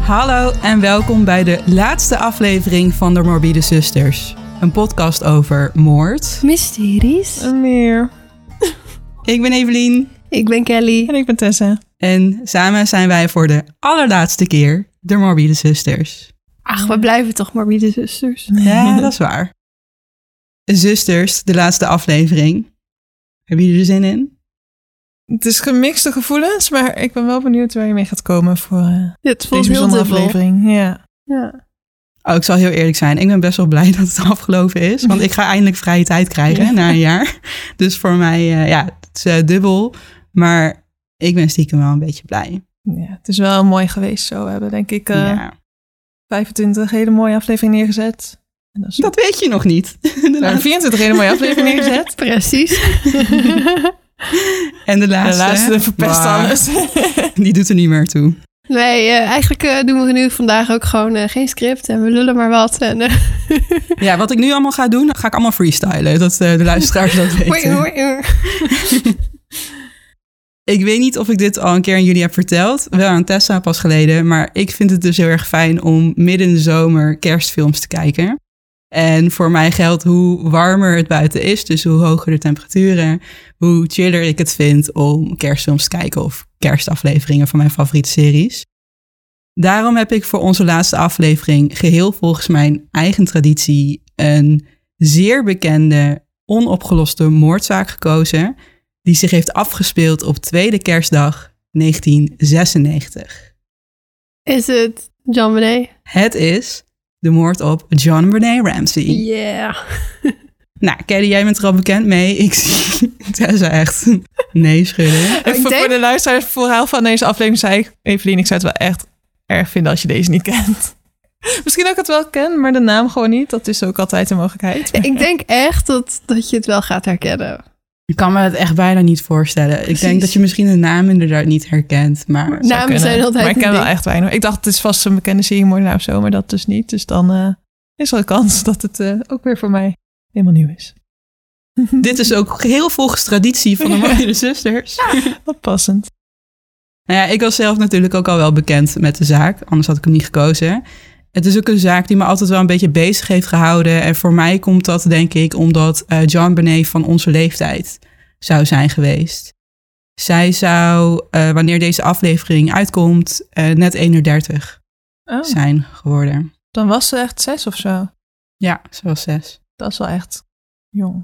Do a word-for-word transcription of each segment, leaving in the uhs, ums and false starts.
Hallo en welkom bij de laatste aflevering van de Morbide Zusters. Een podcast over moord, mysteries en meer. Ik ben Evelien. Ik ben Kelly. En ik ben Tessa. En samen zijn wij voor de allerlaatste keer de Morbide Zusters. Ach, we blijven toch Morbide Zusters? Ja, dat is waar. Zusters, de laatste aflevering. Hebben jullie er zin in? Het is gemixte gevoelens, maar ik ben wel benieuwd waar je mee gaat komen voor uh, Dit voelt deze heel bijzondere dubbel. aflevering. Ja. Ja. Oh, ik zal heel eerlijk zijn. Ik ben best wel blij dat het afgelopen is. Want ik ga eindelijk vrije tijd krijgen Ja. na een jaar. Dus voor mij, uh, ja, het is uh, dubbel. Maar ik ben stiekem wel een beetje blij. ja, het is wel mooi geweest zo. We hebben denk ik uh, ja. vijfentwintig hele mooie afleveringen neergezet. En dat, is Dat weet je nog niet. we hebben vierentwintig hele mooie afleveringen neergezet. Precies. En de laatste, De laatste verpest maar alles. Die doet er niet meer toe. Nee, uh, eigenlijk uh, doen we nu vandaag ook gewoon uh, geen script en we lullen maar wat. En, uh... Ja, wat ik nu allemaal ga doen, ga ik allemaal freestylen. Dat uh, de luisteraars dat weten. Ik weet niet of ik dit al een keer aan jullie heb verteld. Wel aan Tessa pas geleden. Maar ik vind het dus heel erg fijn om midden in de zomer kerstfilms te kijken. En voor mij geldt hoe warmer het buiten is, dus hoe hoger de temperaturen, hoe chiller ik het vind om kerstfilms te kijken of kerstafleveringen van mijn favoriete series. Daarom heb ik voor onze laatste aflevering geheel volgens mijn eigen traditie een zeer bekende, onopgeloste moordzaak gekozen die zich heeft afgespeeld op tweede kerstdag negentien zesennegentig. Is het JonBenét? Het is de moord op JonBenét Ramsey. Yeah. Nou, Kelly, jij bent er al bekend mee. Ik zie Tessa echt nee schudden. En voor, denk... voor de luisteraars, voor de helft van deze aflevering zei ik, Evelien, ik zou het wel echt erg vinden als je deze niet kent. Misschien ook het wel ken, maar de naam gewoon niet. Dat is ook altijd een mogelijkheid. Ik denk echt dat, dat je het wel gaat herkennen. Ik kan me het echt bijna niet voorstellen. Precies. Ik denk dat je misschien de naam inderdaad niet herkent, maar... Namen kunnen. zijn altijd Maar ik ken een wel ding. echt weinig. Ik dacht, het is vast een bekende seriemoordenaar of zo, maar dat dus niet. Dus dan uh, is er een kans dat het uh, ook weer voor mij helemaal nieuw is. Dit is ook geheel volgens traditie van de Morbide Zusters. Wat passend. Nou ja, ik was zelf natuurlijk ook al wel bekend met de zaak, anders had ik hem niet gekozen. Het is ook een zaak die me altijd wel een beetje bezig heeft gehouden. En voor mij komt dat, denk ik, omdat uh, JonBenét van onze leeftijd zou zijn geweest. Zij zou, uh, wanneer deze aflevering uitkomt, uh, net eenendertig Oh, zijn geworden. dan was ze echt zes of zo. Ja, ze was zes. Dat is wel echt jong.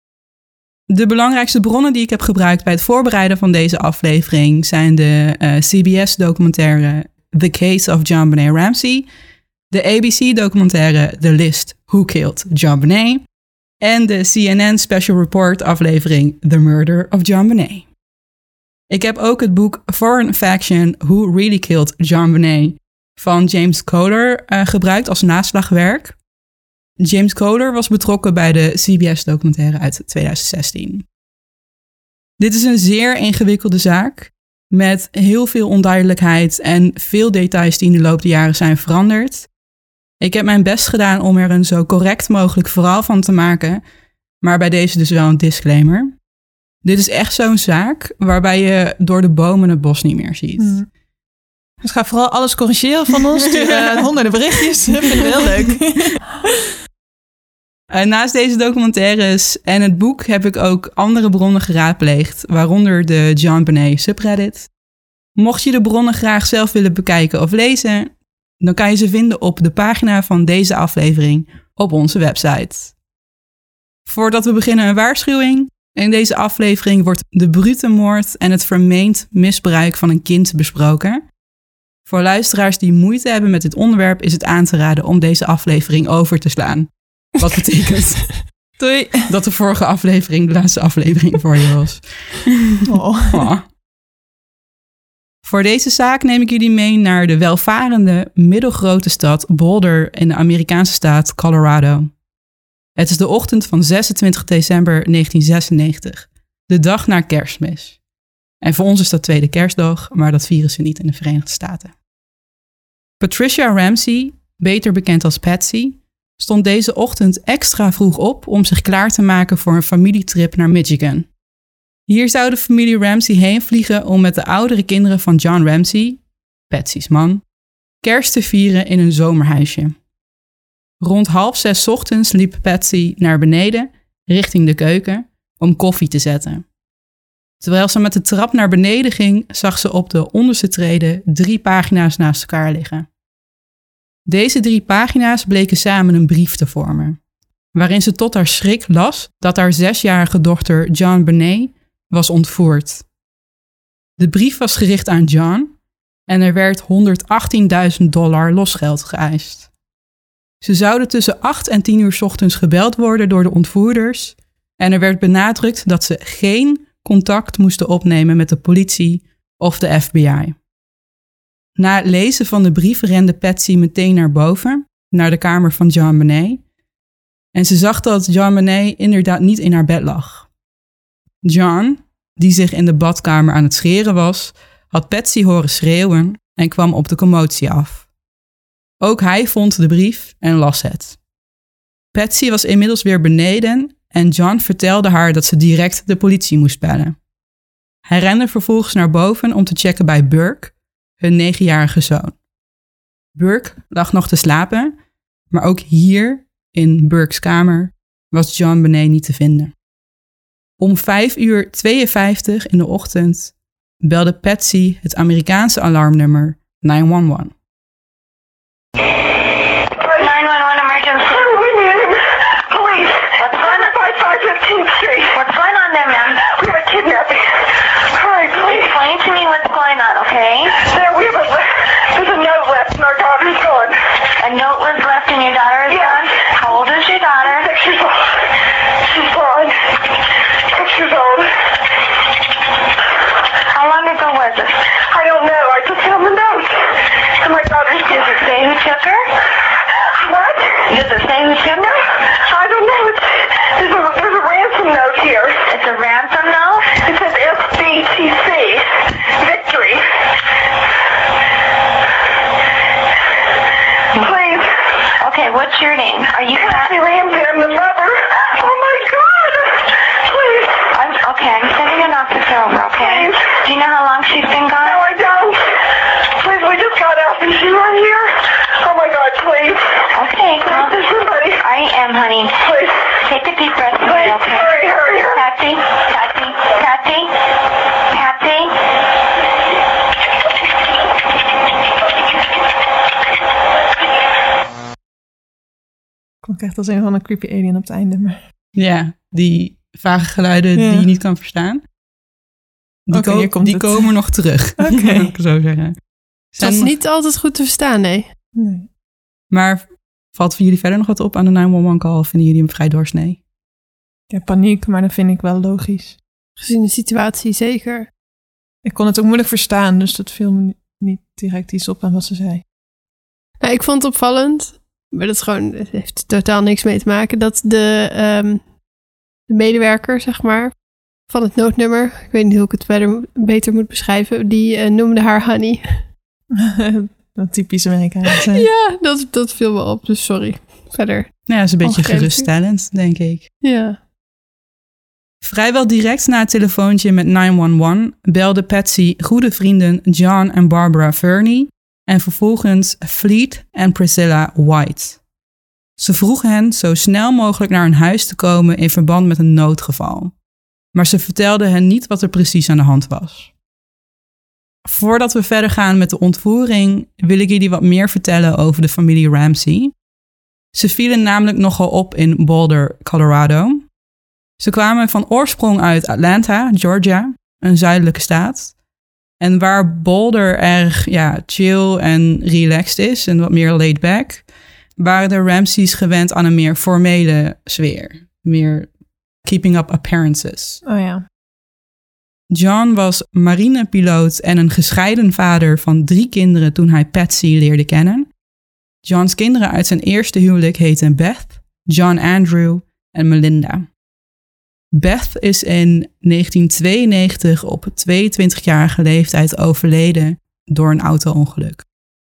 De belangrijkste bronnen die ik heb gebruikt bij het voorbereiden van deze aflevering zijn de uh, C B S-documentaire The Case of JonBenét Ramsey, de A B C-documentaire The List Who Killed JonBenét en de C N N Special Report aflevering The Murder of JonBenét. Ik heb ook het boek Foreign Faction Who Really Killed JonBenét van James Kohler uh, gebruikt als naslagwerk. James Kohler was betrokken bij de C B S-documentaire uit twintig zestien. Dit is een zeer ingewikkelde zaak met heel veel onduidelijkheid en veel details die in de loop der jaren zijn veranderd. Ik heb mijn best gedaan om er een zo correct mogelijk verhaal van te maken, maar bij deze dus wel een disclaimer. Dit is echt zo'n zaak waarbij je door de bomen het bos niet meer ziet. Mm. Dus ga vooral alles corrigeren van ons. Stuur uh, honderden berichtjes. Dat vind ik heel leuk. Uh, naast deze documentaires en het boek heb ik ook andere bronnen geraadpleegd, waaronder de JonBenét subreddit. Mocht je de bronnen graag zelf willen bekijken of lezen, dan kan je ze vinden op de pagina van deze aflevering op onze website. Voordat we beginnen een waarschuwing. In deze aflevering wordt de brute moord en het vermeend misbruik van een kind besproken. Voor luisteraars die moeite hebben met dit onderwerp is het aan te raden om deze aflevering over te slaan. Wat betekent Doei. dat de vorige aflevering de laatste aflevering voor je was. Oh. Oh. Voor deze zaak neem ik jullie mee naar de welvarende, middelgrote stad Boulder in de Amerikaanse staat Colorado. Het is de ochtend van zesentwintig december negentien zesennegentig, de dag na Kerstmis. En voor ons is dat tweede kerstdag, maar dat vieren ze niet in de Verenigde Staten. Patricia Ramsey, beter bekend als Patsy, stond deze ochtend extra vroeg op om zich klaar te maken voor een familietrip naar Michigan. Hier zou de familie Ramsey heen vliegen om met de oudere kinderen van John Ramsey, Patsy's man, kerst te vieren in een zomerhuisje. Rond half zes ochtends liep Patsy naar beneden, richting de keuken, om koffie te zetten. Terwijl ze met de trap naar beneden ging, zag ze op de onderste trede drie pagina's naast elkaar liggen. Deze drie pagina's bleken samen een brief te vormen, waarin ze tot haar schrik las dat haar zesjarige dochter JonBenét was ontvoerd. De brief was gericht aan John en er werd honderdachttienduizend dollar losgeld geëist. Ze zouden tussen acht en tien uur 's ochtends gebeld worden door de ontvoerders en er werd benadrukt dat ze geen contact moesten opnemen met de politie of de F B I. Na het lezen van de brief rende Patsy meteen naar boven, naar de kamer van JonBenét, en ze zag dat JonBenét inderdaad niet in haar bed lag. John, die zich in de badkamer aan het scheren was, had Patsy horen schreeuwen en kwam op de commotie af. Ook hij vond de brief en las het. Patsy was inmiddels weer beneden en John vertelde haar dat ze direct de politie moest bellen. Hij rende vervolgens naar boven om te checken bij Burke, hun negenjarige zoon. Burke lag nog te slapen, maar ook hier, in Burke's kamer, was JonBenét niet te vinden. Om vijf uur tweeënvijftig in de ochtend belde Patsy het Amerikaanse alarmnummer nine one one. nine one one emergency. Police. What's going on? five fifteenth Street. What's going on there, ma'am? We have a kidnapping. Hurry, please. Explain to me what's going on, okay? There, we have a, there's a note left and our daughter's gone. A note was left and your daughter is Yeah. gone? How old is your daughter? Six years old. She's gone. Six years old. How long ago was it? I don't know. I just found the note. And my daughter's Does it gone. say who took her? What? Does it say who took her? I don't know. It's, there's, a, there's a ransom note here. It's a ransom note? It says F B T C. Victory. Please. Okay, what's your name? Are you Patsy Ramsey, I'm the mother. Oh my God. Please. I'm, okay, I'm sending an officer over, okay? Please. Do you know how long she's been No, gone? I don't. Please, we just got out. Is she right here? Oh my God, please. Okay, well, Please, somebody. I am, honey. Please. Take a deep breath, Please, okay? hurry, hurry, hurry. Patsy, Patsy, Patsy, Patsy. Klonk echt als een van een creepy alien op het einde. Maar... Ja, die vage geluiden Ja. die je niet kan verstaan. Die, Oké, ko- hier komt die het. komen nog terug, Oké. moet ik zo zeggen. Het Zijn was nog- niet altijd goed te verstaan, nee. Nee. Maar valt voor jullie verder nog wat op aan de nine one one call? Of vinden jullie hem vrij doorsnee? Ja, paniek, maar dat vind ik wel logisch. Gezien de situatie zeker. Ik kon het ook moeilijk verstaan, dus dat viel me niet, niet direct iets op aan wat ze zei. Nou, ik vond het opvallend, maar dat is gewoon, het heeft totaal niks mee te maken, dat de, ehm, de medewerker, zeg maar, van het noodnummer, ik weet niet hoe ik het verder beter moet beschrijven, die eh, noemde haar Honey. Dat typisch Amerikaans zijn. Ja, dat, dat viel me op, dus sorry. Verder. Nou ja, dat is een beetje Ongegeven. geruststellend, denk ik. Ja. Vrijwel direct na het telefoontje met nine one one belde Patsy goede vrienden John en Barbara Fernie en vervolgens Fleet en Priscilla White. Ze vroegen hen zo snel mogelijk naar hun huis te komen in verband met een noodgeval. Maar ze vertelden hen niet wat er precies aan de hand was. Voordat we verder gaan met de ontvoering, wil ik jullie wat meer vertellen over de familie Ramsey. Ze vielen namelijk nogal op in Boulder, Colorado. Ze kwamen van oorsprong uit Atlanta, Georgia, een zuidelijke staat. En waar Boulder erg ja, chill en relaxed is en wat meer laid back, waren de Ramseys gewend aan een meer formele sfeer. Meer keeping up appearances. Oh ja. John was marinepiloot en een gescheiden vader van drie kinderen toen hij Patsy leerde kennen. Johns kinderen uit zijn eerste huwelijk heten Beth, John Andrew en Melinda. Beth is in negentien tweeënnegentig op tweeëntwintigjarige leeftijd overleden door een auto-ongeluk.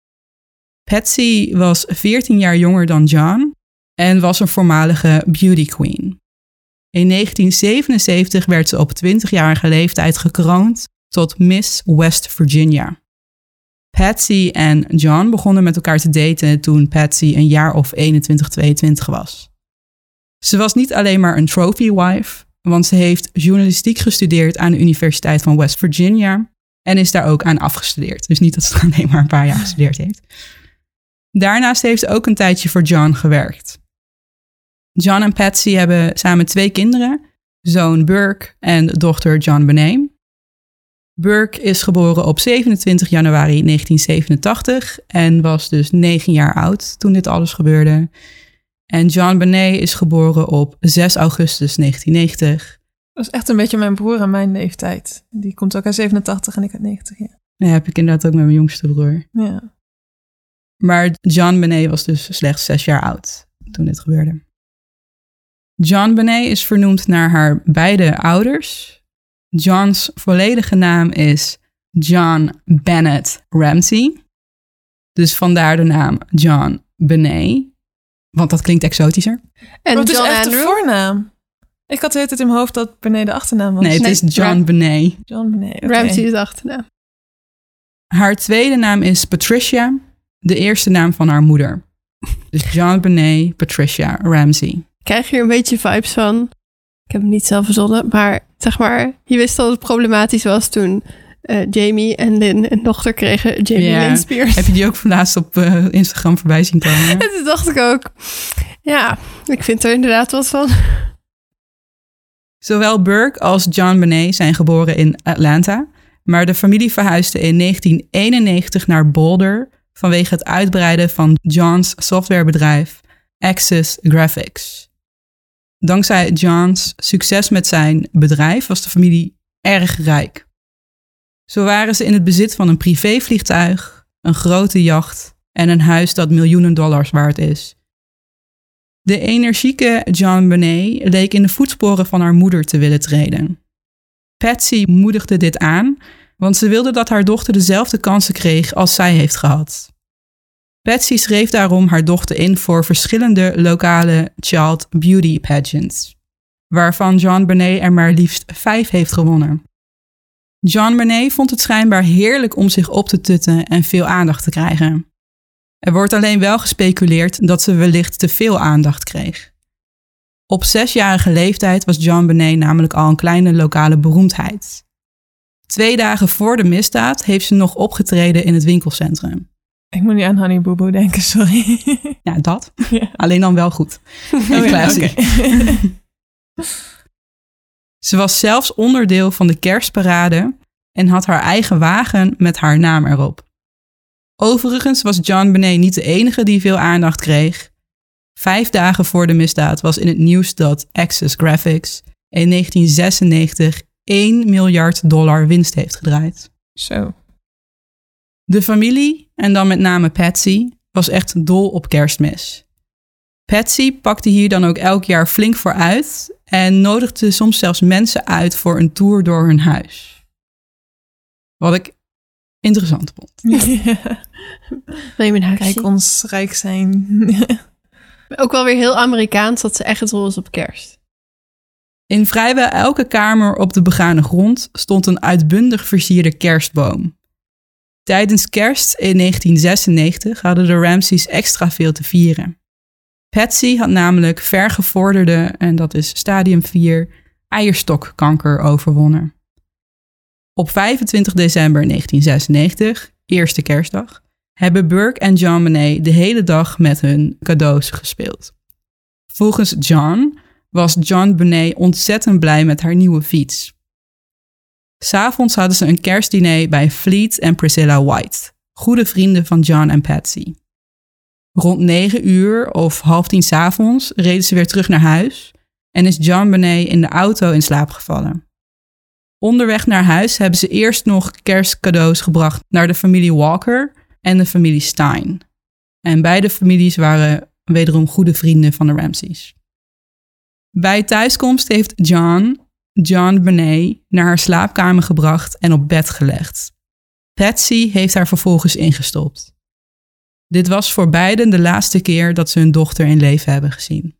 Patsy was veertien jaar jonger dan John en was een voormalige beauty queen. In negentien zevenenzeventig werd ze op twintigjarige leeftijd gekroond tot Miss West Virginia. Patsy en John begonnen met elkaar te daten toen Patsy een jaar of eenentwintig, tweeëntwintig was. Ze was niet alleen maar een trophy wife, want ze heeft journalistiek gestudeerd aan de Universiteit van West Virginia en is daar ook aan afgestudeerd. Dus niet dat ze alleen maar een paar jaar gestudeerd heeft. Daarnaast heeft ze ook een tijdje voor John gewerkt. John en Patsy hebben samen twee kinderen, zoon Burke en dochter John Benet. Burke is geboren op zevenentwintig januari negentien zevenentachtig en was dus negen jaar oud toen dit alles gebeurde. En John Benet is geboren op zes augustus negentien negentig. Dat is echt een beetje mijn broer aan mijn leeftijd. Die komt ook uit zevenentachtig en ik uit negentig, ja. Dat heb ik inderdaad ook met mijn jongste broer. Ja. Maar John Benet was dus slechts zes jaar oud toen dit gebeurde. John Benet is vernoemd naar haar beide ouders. John's volledige naam is John Bennett Ramsey. Dus vandaar de naam John Benet. Want dat klinkt exotischer. En Wat is John echt de Andrew? voornaam? Ik had het in mijn hoofd dat Benet de achternaam was. Nee, het Nee, is John Ram- Benet. John Benet, oké. Ramsey is de achternaam. Haar tweede naam is Patricia, de eerste naam van haar moeder. Dus John Benet Patricia Ramsey. Ik krijg hier een beetje vibes van. Ik heb hem niet zelf verzonnen, maar zeg maar, je wist al dat het problematisch was toen uh, Jamie en Lynn een dochter kregen. Jamie Ja. Lynn Spears. Heb je die ook van laatst op uh, Instagram voorbij zien komen? En toen dacht ik ook, ja, ik vind er inderdaad wat van. Zowel Burke als John Benet zijn geboren in Atlanta, maar de familie verhuisde in negentien eenennegentig naar Boulder vanwege het uitbreiden van John's softwarebedrijf Access Graphics. Dankzij John's succes met zijn bedrijf was de familie erg rijk. Zo waren ze in het bezit van een privévliegtuig, een grote jacht en een huis dat miljoenen dollars waard is. De energieke John Benet leek in de voetsporen van haar moeder te willen treden. Patsy moedigde dit aan, want ze wilde dat haar dochter dezelfde kansen kreeg als zij heeft gehad. Patsy schreef daarom haar dochter in voor verschillende lokale child beauty pageants, waarvan John Benet er maar liefst vijf heeft gewonnen. John Benet vond het schijnbaar heerlijk om zich op te tutten en veel aandacht te krijgen. Er wordt alleen wel gespeculeerd dat ze wellicht te veel aandacht kreeg. Op zesjarige leeftijd was John Benet namelijk al een kleine lokale beroemdheid. Twee dagen voor de misdaad heeft ze nog opgetreden in het winkelcentrum. Ik moet niet aan Honey Boo Boo denken, sorry. Ja, dat. Ja. Alleen dan wel goed. Oh ja, Classy. oké. Ze was zelfs onderdeel van de kerstparade en had haar eigen wagen met haar naam erop. Overigens was John Benet niet de enige die veel aandacht kreeg. Vijf dagen voor de misdaad was in het nieuws dat Access Graphics in negentien zesennegentig één miljard dollar winst heeft gedraaid. Zo. De familie, en dan met name Patsy, was echt dol op Kerstmis. Patsy pakte hier dan ook elk jaar flink voor uit en nodigde soms zelfs mensen uit voor een tour door hun huis. Wat ik interessant vond. Ja. Wil je mijn huis Kijk zien? ons rijk zijn. Ook wel weer heel Amerikaans dat ze echt dol is op kerst. In vrijwel elke kamer op de begane grond stond een uitbundig versierde kerstboom. Tijdens kerst in negentien zesennegentig hadden de Ramseys extra veel te vieren. Patsy had namelijk vergevorderde, en dat is stadium vier, eierstokkanker overwonnen. Op vijfentwintig december negentien zesennegentig, eerste kerstdag, hebben Burke en John Benet de hele dag met hun cadeaus gespeeld. Volgens John was John Benet ontzettend blij met haar nieuwe fiets. 'S'avonds hadden ze een kerstdiner bij Fleet en Priscilla White, goede vrienden van John en Patsy. Rond negen uur of half tien 's avonds reden ze weer terug naar huis en is John Benet in de auto in slaap gevallen. Onderweg naar huis hebben ze eerst nog kerstcadeaus gebracht naar de familie Walker en de familie Stein. En beide families waren wederom goede vrienden van de Ramseys. Bij thuiskomst heeft John, John Benet naar haar slaapkamer gebracht en op bed gelegd. Patsy heeft haar vervolgens ingestopt. Dit was voor beiden de laatste keer dat ze hun dochter in leven hebben gezien.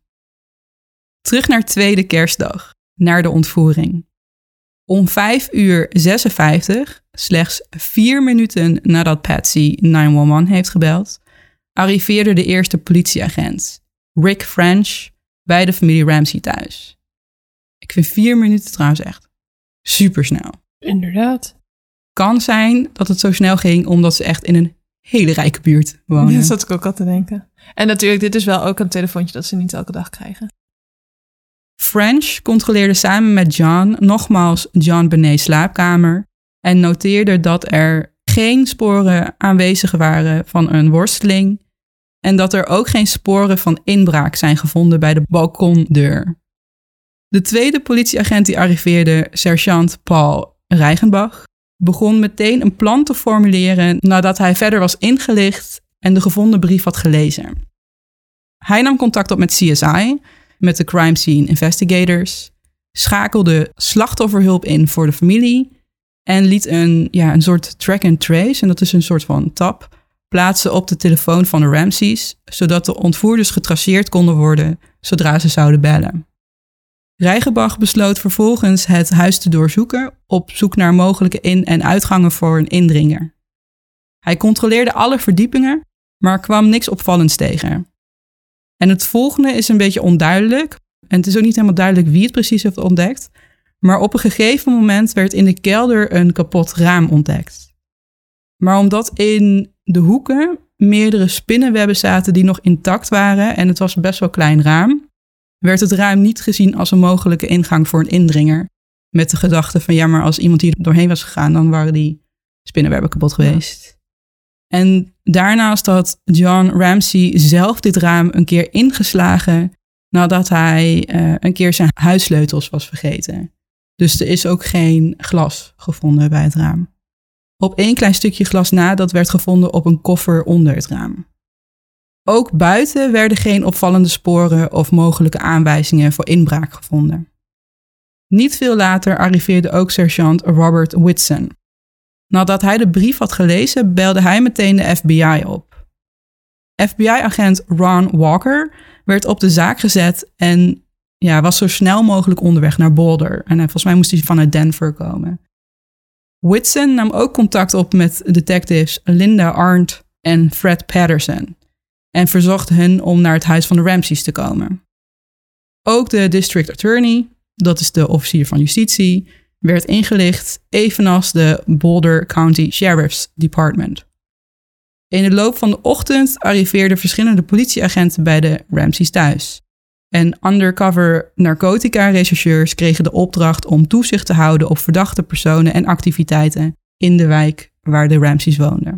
Terug naar tweede kerstdag, naar de ontvoering. Om vijf uur zesenvijftig slechts vier minuten nadat Patsy negen een een heeft gebeld, arriveerde de eerste politieagent, Rick French, bij de familie Ramsey thuis. Ik vind vier minuten trouwens echt supersnel. Inderdaad. Kan zijn dat het zo snel ging omdat ze echt in een hele rijke buurt wonen. Dat zat ik ook al te denken. En natuurlijk, dit is wel ook een telefoontje dat ze niet elke dag krijgen. French controleerde samen met John nogmaals John Benet's slaapkamer en noteerde dat er geen sporen aanwezig waren van een worsteling en dat er ook geen sporen van inbraak zijn gevonden bij de balkondeur. De tweede politieagent die arriveerde, sergeant Paul Reichenbach, begon meteen een plan te formuleren nadat hij verder was ingelicht en de gevonden brief had gelezen. Hij nam contact op met C S I, met de Crime Scene Investigators, schakelde slachtofferhulp in voor de familie en liet een, ja, een soort track and trace, en dat is een soort van tab, plaatsen op de telefoon van de Ramseys, zodat de ontvoerders getraceerd konden worden zodra ze zouden bellen. Reichenbach besloot vervolgens het huis te doorzoeken op zoek naar mogelijke in- en uitgangen voor een indringer. Hij controleerde alle verdiepingen, maar kwam niks opvallends tegen. En het volgende is een beetje onduidelijk, en het is ook niet helemaal duidelijk wie het precies heeft ontdekt, maar op een gegeven moment werd in de kelder een kapot raam ontdekt. Maar omdat in de hoeken meerdere spinnenwebben zaten die nog intact waren en het was een best wel klein raam, werd het raam niet gezien als een mogelijke ingang voor een indringer. Met de gedachte van ja, maar als iemand hier doorheen was gegaan, dan waren die spinnenwebben kapot geweest. Ja. En daarnaast had John Ramsey zelf dit raam een keer ingeslagen nadat hij uh, een keer zijn huissleutels was vergeten. Dus er is ook geen glas gevonden bij het raam. Op één klein stukje glas na, dat werd gevonden op een koffer onder het raam. Ook buiten werden geen opvallende sporen of mogelijke aanwijzingen voor inbraak gevonden. Niet veel later arriveerde ook sergeant Robert Whitson. Nadat hij de brief had gelezen, belde hij meteen de F B I op. F B I-agent Ron Walker werd op de zaak gezet en ja, was zo snel mogelijk onderweg naar Boulder. En volgens mij moest hij vanuit Denver komen. Whitson nam ook contact op met detectives Linda Arndt en Fred Patterson en verzocht hen om naar het huis van de Ramseys te komen. Ook de district attorney, dat is de officier van justitie, werd ingelicht, evenals de Boulder County Sheriff's Department. In de loop van de ochtend arriveerden verschillende politieagenten bij de Ramseys thuis. En undercover narcotica-rechercheurs kregen de opdracht om toezicht te houden op verdachte personen en activiteiten in de wijk waar de Ramseys woonden.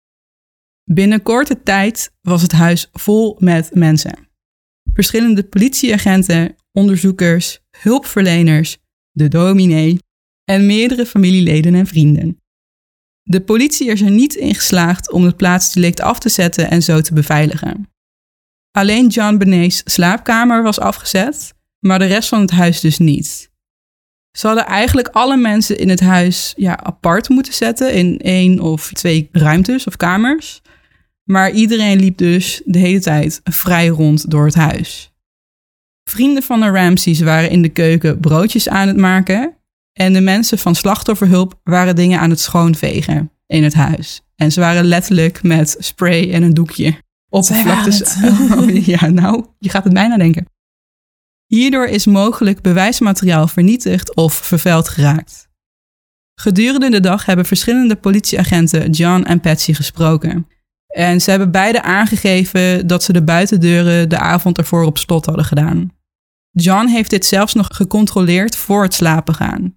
Binnen korte tijd was het huis vol met mensen. Verschillende politieagenten, onderzoekers, hulpverleners, de dominee en meerdere familieleden en vrienden. De politie is er niet in geslaagd om het plaatsdelict af te zetten en zo te beveiligen. Alleen John Benet's slaapkamer was afgezet, maar de rest van het huis dus niet. Ze hadden eigenlijk alle mensen in het huis ja, apart moeten zetten in één of twee ruimtes of kamers. Maar iedereen liep dus de hele tijd vrij rond door het huis. Vrienden van de Ramseys waren in de keuken broodjes aan het maken en de mensen van slachtofferhulp waren dingen aan het schoonvegen in het huis. En ze waren letterlijk met spray en een doekje oppervlaktes. Oh, ja, nou, je gaat het bijna denken. Hierdoor is mogelijk bewijsmateriaal vernietigd of vervuild geraakt. Gedurende de dag hebben verschillende politieagenten John en Patsy gesproken. En ze hebben beide aangegeven dat ze de buitendeuren de avond ervoor op slot hadden gedaan. John heeft dit zelfs nog gecontroleerd voor het slapen gaan.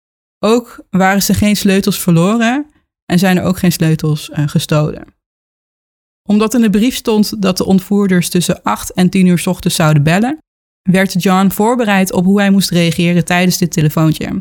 Ook waren ze geen sleutels verloren en zijn er ook geen sleutels uh, gestolen. Omdat in de brief stond dat de ontvoerders tussen acht en tien uur 's ochtends zouden bellen, werd John voorbereid op hoe hij moest reageren tijdens dit telefoontje.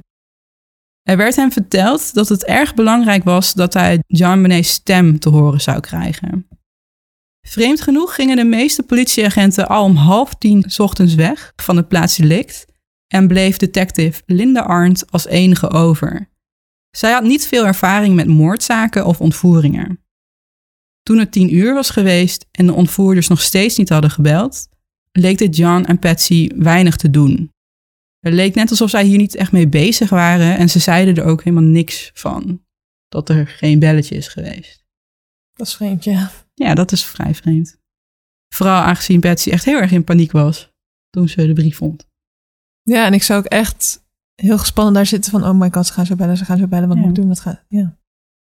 Er werd hem verteld dat het erg belangrijk was dat hij John Benet's stem te horen zou krijgen. Vreemd genoeg gingen de meeste politieagenten al om half tien 's ochtends weg van het plaatsdelict en bleef detective Linda Arndt als enige over. Zij had niet veel ervaring met moordzaken of ontvoeringen. Toen het tien uur was geweest en de ontvoerders nog steeds niet hadden gebeld, leek dit John en Patsy weinig te doen. Het leek net alsof zij hier niet echt mee bezig waren en ze zeiden er ook helemaal niks van. dat er geen belletje is geweest. Dat is vreemd, ja. Ja, dat is vrij vreemd. Vooral aangezien Patsy echt heel erg in paniek was toen ze de brief vond. Ja, en ik zou ook echt heel gespannen daar zitten van, oh my god, ze gaan zo bellen, ze gaan zo bellen, wat Ja. moet ik doen, wat gaat, ja.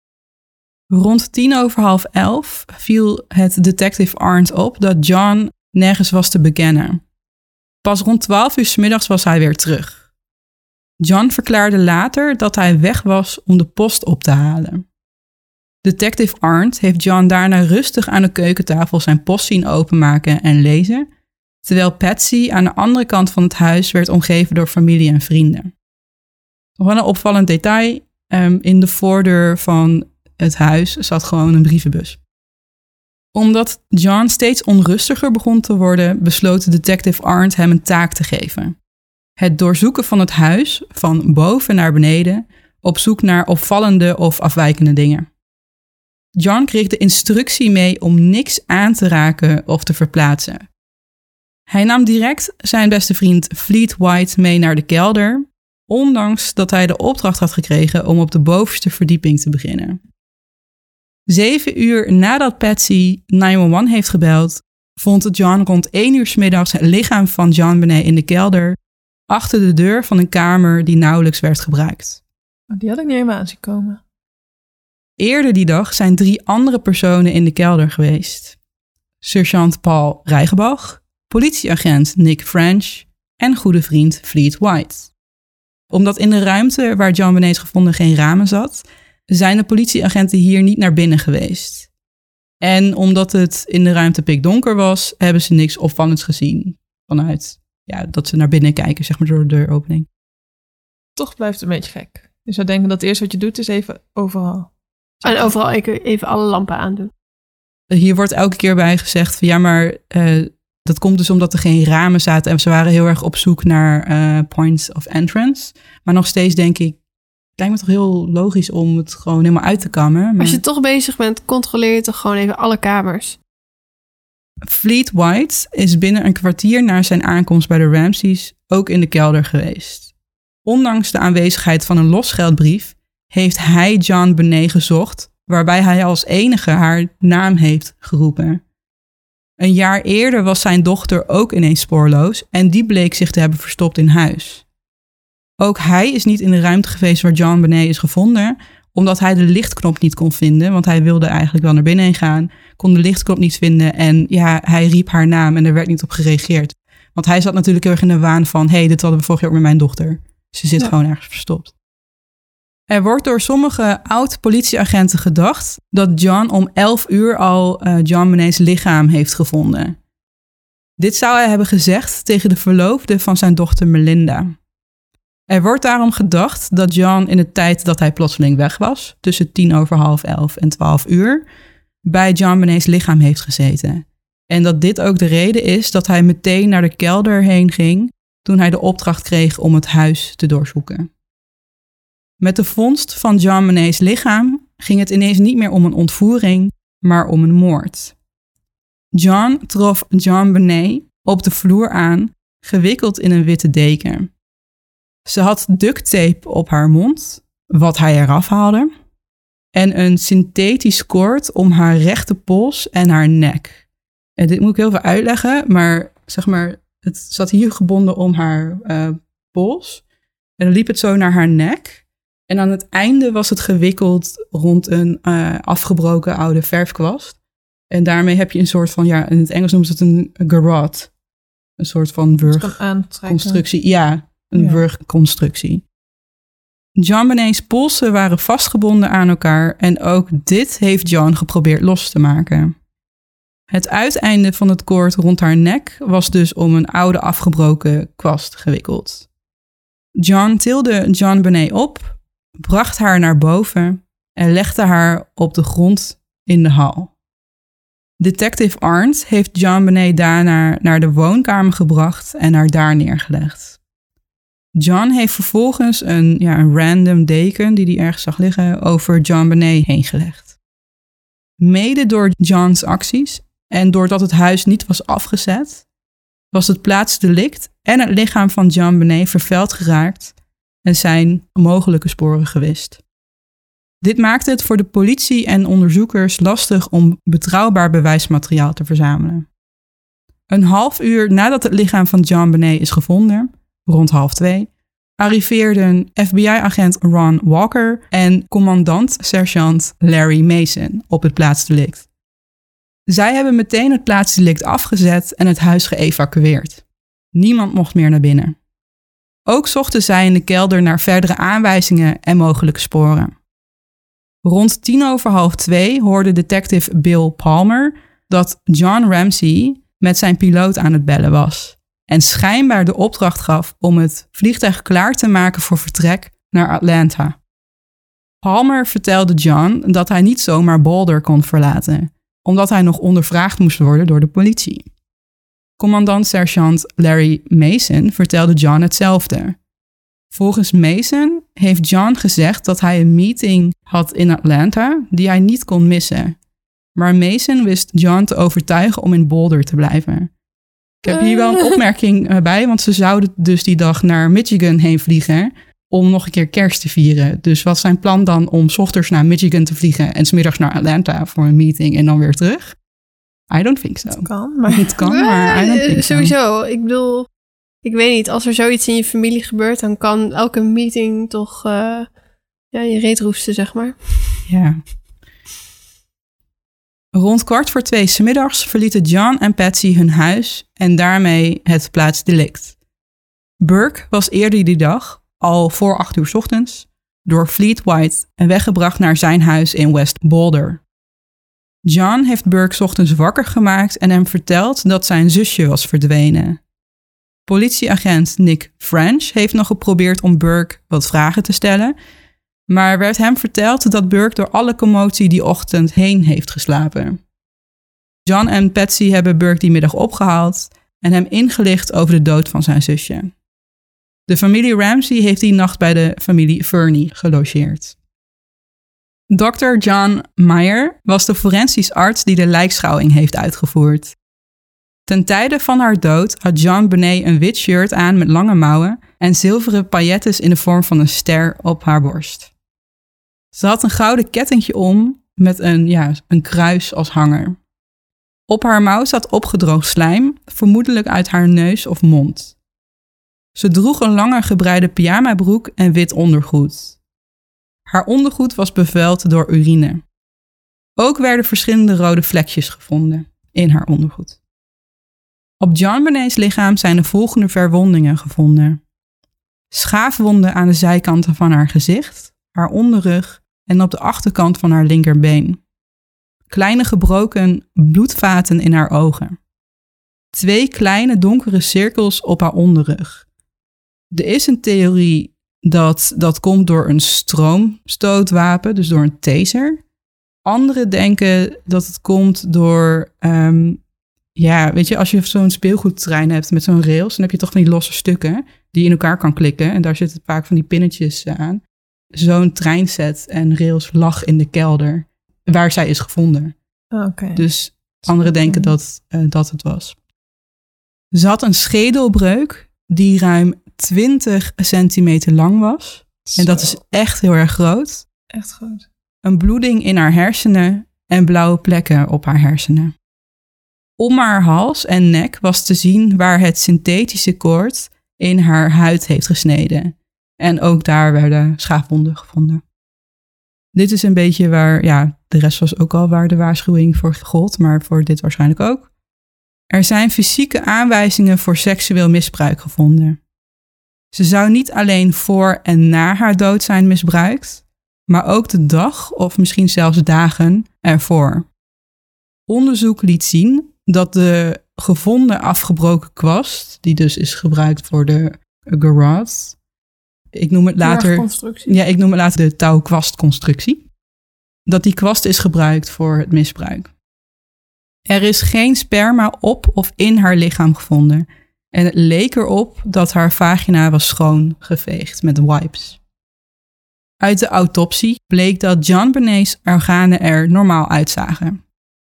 Rond tien over half elf viel het detective Arndt op dat John nergens was te bekennen. Pas rond twaalf uur 's middags was hij weer terug. John verklaarde later dat hij weg was om de post op te halen. Detective Arndt heeft John daarna rustig aan de keukentafel zijn post zien openmaken en lezen, terwijl Patsy aan de andere kant van het huis werd omgeven door familie en vrienden. Nog wel een opvallend detail, um, in de voordeur van het huis zat gewoon een brievenbus. Omdat John steeds onrustiger begon te worden, besloot detective Arndt hem een taak te geven. Het doorzoeken van het huis, van boven naar beneden, op zoek naar opvallende of afwijkende dingen. John kreeg de instructie mee om niks aan te raken of te verplaatsen. Hij nam direct zijn beste vriend Fleet White mee naar de kelder, ondanks dat hij de opdracht had gekregen om op de bovenste verdieping te beginnen. Zeven uur nadat Patsy negen een een heeft gebeld, vond John rond één uur 's middags het lichaam van John Benet in de kelder, achter de deur van een kamer die nauwelijks werd gebruikt. Oh, die had ik niet helemaal aan zien komen. Eerder die dag zijn drie andere personen in de kelder geweest. Sergeant Paul Rijgenbach, politieagent Nick French en goede vriend Fleet White. Omdat in de ruimte waar John Benet is gevonden geen ramen zat, zijn de politieagenten hier niet naar binnen geweest. En omdat het in de ruimte pikdonker was, hebben ze niks opvallends gezien vanuit ja, dat ze naar binnen kijken, zeg maar door de deuropening. Toch blijft het een beetje gek. Je zou denken dat het eerste wat je doet is even overal. En overal even alle lampen aandoen. Hier wordt elke keer bij gezegd van ja, maar uh, dat komt dus omdat er geen ramen zaten en ze waren heel erg op zoek naar uh, points of entrance. Maar nog steeds denk ik, het lijkt me toch heel logisch om het gewoon helemaal uit te kammen. Maar Als je toch bezig bent, controleer je toch gewoon even alle kamers. Fleet White is binnen een kwartier na zijn aankomst bij de Ramseys ook in de kelder geweest. Ondanks de aanwezigheid van een losgeldbrief heeft hij John Benet gezocht, waarbij hij als enige haar naam heeft geroepen. Een jaar eerder was zijn dochter ook ineens spoorloos en die bleek zich te hebben verstopt in huis. Ook hij is niet in de ruimte geweest waar John Benet is gevonden, omdat hij de lichtknop niet kon vinden, want hij wilde eigenlijk wel naar binnen heen gaan, kon de lichtknop niet vinden en ja, hij riep haar naam en er werd niet op gereageerd. Want hij zat natuurlijk heel erg in de waan van, hé, hey, dit hadden we vorig jaar ook met mijn dochter. Ze zit ja. gewoon ergens verstopt. Er wordt door sommige oud-politieagenten gedacht dat John om elf uur al uh, John Benet's lichaam heeft gevonden. Dit zou hij hebben gezegd tegen de verloofde van zijn dochter Melinda. Er wordt daarom gedacht dat John in de tijd dat hij plotseling weg was, tussen tien over half elf en twaalf uur, bij John Benet's lichaam heeft gezeten. En dat dit ook de reden is dat hij meteen naar de kelder heen ging toen hij de opdracht kreeg om het huis te doorzoeken. Met de vondst van John Benet's lichaam ging het ineens niet meer om een ontvoering, maar om een moord. John trof John Benet op de vloer aan, gewikkeld in een witte deken. Ze had ducttape op haar mond, wat hij eraf haalde, en een synthetisch koord om haar rechte pols en haar nek. En dit moet ik heel veel uitleggen, maar zeg maar, het zat hier gebonden om haar uh, pols. En dan liep het zo naar haar nek. En aan het einde was het gewikkeld rond een uh, afgebroken oude verfkwast. En daarmee heb je een soort van, ja, in het Engels noemen ze het een garrote. Een soort van wurgconstructie. Ja, een ja. wurgconstructie. John Benet's polsen waren vastgebonden aan elkaar en ook dit heeft John geprobeerd los te maken. Het uiteinde van het koord rond haar nek was dus om een oude afgebroken kwast gewikkeld. John tilde John Benet op, bracht haar naar boven en legde haar op de grond in de hal. Detective Arndt heeft John Benet daarna naar de woonkamer gebracht en haar daar neergelegd. John heeft vervolgens een, ja, een random deken die hij ergens zag liggen over John Benet heen gelegd. Mede door John's acties en doordat het huis niet was afgezet, was het plaatsdelict en het lichaam van John Benet vervuild geraakt en zijn mogelijke sporen gewist. Dit maakte het voor de politie en onderzoekers lastig om betrouwbaar bewijsmateriaal te verzamelen. Een half uur nadat het lichaam van JonBenet is gevonden, rond half twee, arriveerden F B I-agent Ron Walker en commandant-sergeant Larry Mason op het plaatsdelict. Zij hebben meteen het plaatsdelict afgezet en het huis geëvacueerd. Niemand mocht meer naar binnen. Ook zochten zij in de kelder naar verdere aanwijzingen en mogelijke sporen. Rond tien over half twee hoorde detective Bill Palmer dat John Ramsey met zijn piloot aan het bellen was en schijnbaar de opdracht gaf om het vliegtuig klaar te maken voor vertrek naar Atlanta. Palmer vertelde John dat hij niet zomaar Boulder kon verlaten, omdat hij nog ondervraagd moest worden door de politie. Commandant-sergeant Larry Mason vertelde John hetzelfde. Volgens Mason heeft John gezegd dat hij een meeting had in Atlanta die hij niet kon missen. Maar Mason wist John te overtuigen om in Boulder te blijven. Ik heb hier wel een opmerking bij, want ze zouden dus die dag naar Michigan heen vliegen om nog een keer kerst te vieren. Dus was zijn plan dan om 's ochtends naar Michigan te vliegen en 's middags naar Atlanta voor een meeting en dan weer terug? I don't think so. Het kan, maar... Het kan, maar I don't think so. Sowieso, ik bedoel, ik weet niet, als er zoiets in je familie gebeurt, dan kan elke meeting toch uh, ja, je reet roesten, zeg maar. Ja. Rond kwart voor twee 's middags verlieten John en Patsy hun huis en daarmee het plaatsdelict. Burke was eerder die dag, al voor acht uur 's ochtends, door Fleet White en weggebracht naar zijn huis in West Boulder. John heeft Burke 's ochtends wakker gemaakt en hem verteld dat zijn zusje was verdwenen. Politieagent Nick French heeft nog geprobeerd om Burke wat vragen te stellen, maar werd hem verteld dat Burke door alle commotie die ochtend heen heeft geslapen. John en Patsy hebben Burke die middag opgehaald en hem ingelicht over de dood van zijn zusje. De familie Ramsey heeft die nacht bij de familie Verney gelogeerd. dokter John Meyer was de forensisch arts die de lijkschouwing heeft uitgevoerd. Ten tijde van haar dood had JonBenet een wit shirt aan met lange mouwen en zilveren paillettes in de vorm van een ster op haar borst. Ze had een gouden kettingje om met een, ja, een kruis als hanger. Op haar mouw zat opgedroogd slijm, vermoedelijk uit haar neus of mond. Ze droeg een lange gebreide pyjamabroek en wit ondergoed. Haar ondergoed was bevuild door urine. Ook werden verschillende rode vlekjes gevonden in haar ondergoed. Op JonBenet's lichaam zijn de volgende verwondingen gevonden. Schaafwonden aan de zijkanten van haar gezicht, haar onderrug en op de achterkant van haar linkerbeen. Kleine gebroken bloedvaten in haar ogen. Twee kleine donkere cirkels op haar onderrug. Er is een theorie dat dat komt door een stroomstootwapen, dus door een taser. Anderen denken dat het komt door, um, ja, weet je, als je zo'n speelgoedtrein hebt met zo'n rails, dan heb je toch van die losse stukken die je in elkaar kan klikken. En daar zitten vaak van die pinnetjes aan. Zo'n treinset en rails lag in de kelder waar zij is gevonden. Oh, okay. Dus anderen denken dat uh, dat het was. Ze had een schedelbreuk die ruim twintig centimeter lang was. Zo. En dat is echt heel erg groot. Echt groot. Een bloeding in haar hersenen en blauwe plekken op haar hersenen. Om haar hals en nek was te zien waar het synthetische koord in haar huid heeft gesneden. En ook daar werden schaafwonden gevonden. Dit is een beetje waar, ja, de rest was ook al waar de waarschuwing voor gold, maar voor dit waarschijnlijk ook. Er zijn fysieke aanwijzingen voor seksueel misbruik gevonden. Ze zou niet alleen voor en na haar dood zijn misbruikt, maar ook de dag of misschien zelfs dagen ervoor. Onderzoek liet zien dat de gevonden afgebroken kwast, die dus is gebruikt voor de garrote, ik noem het later, ja, ik noem het later de touwkwastconstructie, dat die kwast is gebruikt voor het misbruik. Er is geen sperma op of in haar lichaam gevonden en het leek erop dat haar vagina was schoongeveegd met wipes. Uit de autopsie bleek dat JonBenet's organen er normaal uitzagen.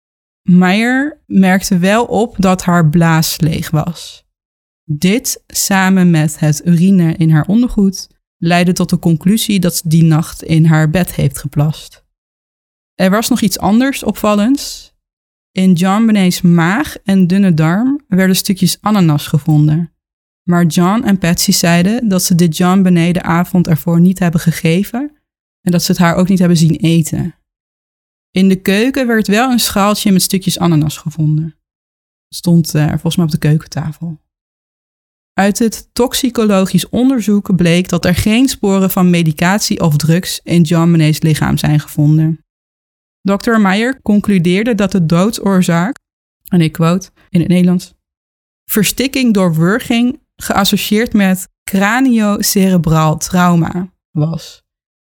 Meyer merkte wel op dat haar blaas leeg was. Dit, samen met het urine in haar ondergoed, leidde tot de conclusie dat ze die nacht in haar bed heeft geplast. Er was nog iets anders opvallends. In JonBenét's maag en dunne darm werden stukjes ananas gevonden. Maar John en Patsy zeiden dat ze dit JonBené de avond ervoor niet hebben gegeven en dat ze het haar ook niet hebben zien eten. In de keuken werd wel een schaaltje met stukjes ananas gevonden. Het stond uh, volgens mij op de keukentafel. Uit het toxicologisch onderzoek bleek dat er geen sporen van medicatie of drugs in JonBené's lichaam zijn gevonden. dokter Meyer concludeerde dat de doodsoorzaak, en ik quote in het Nederlands, verstikking door wurging geassocieerd met craniocerebraal trauma was.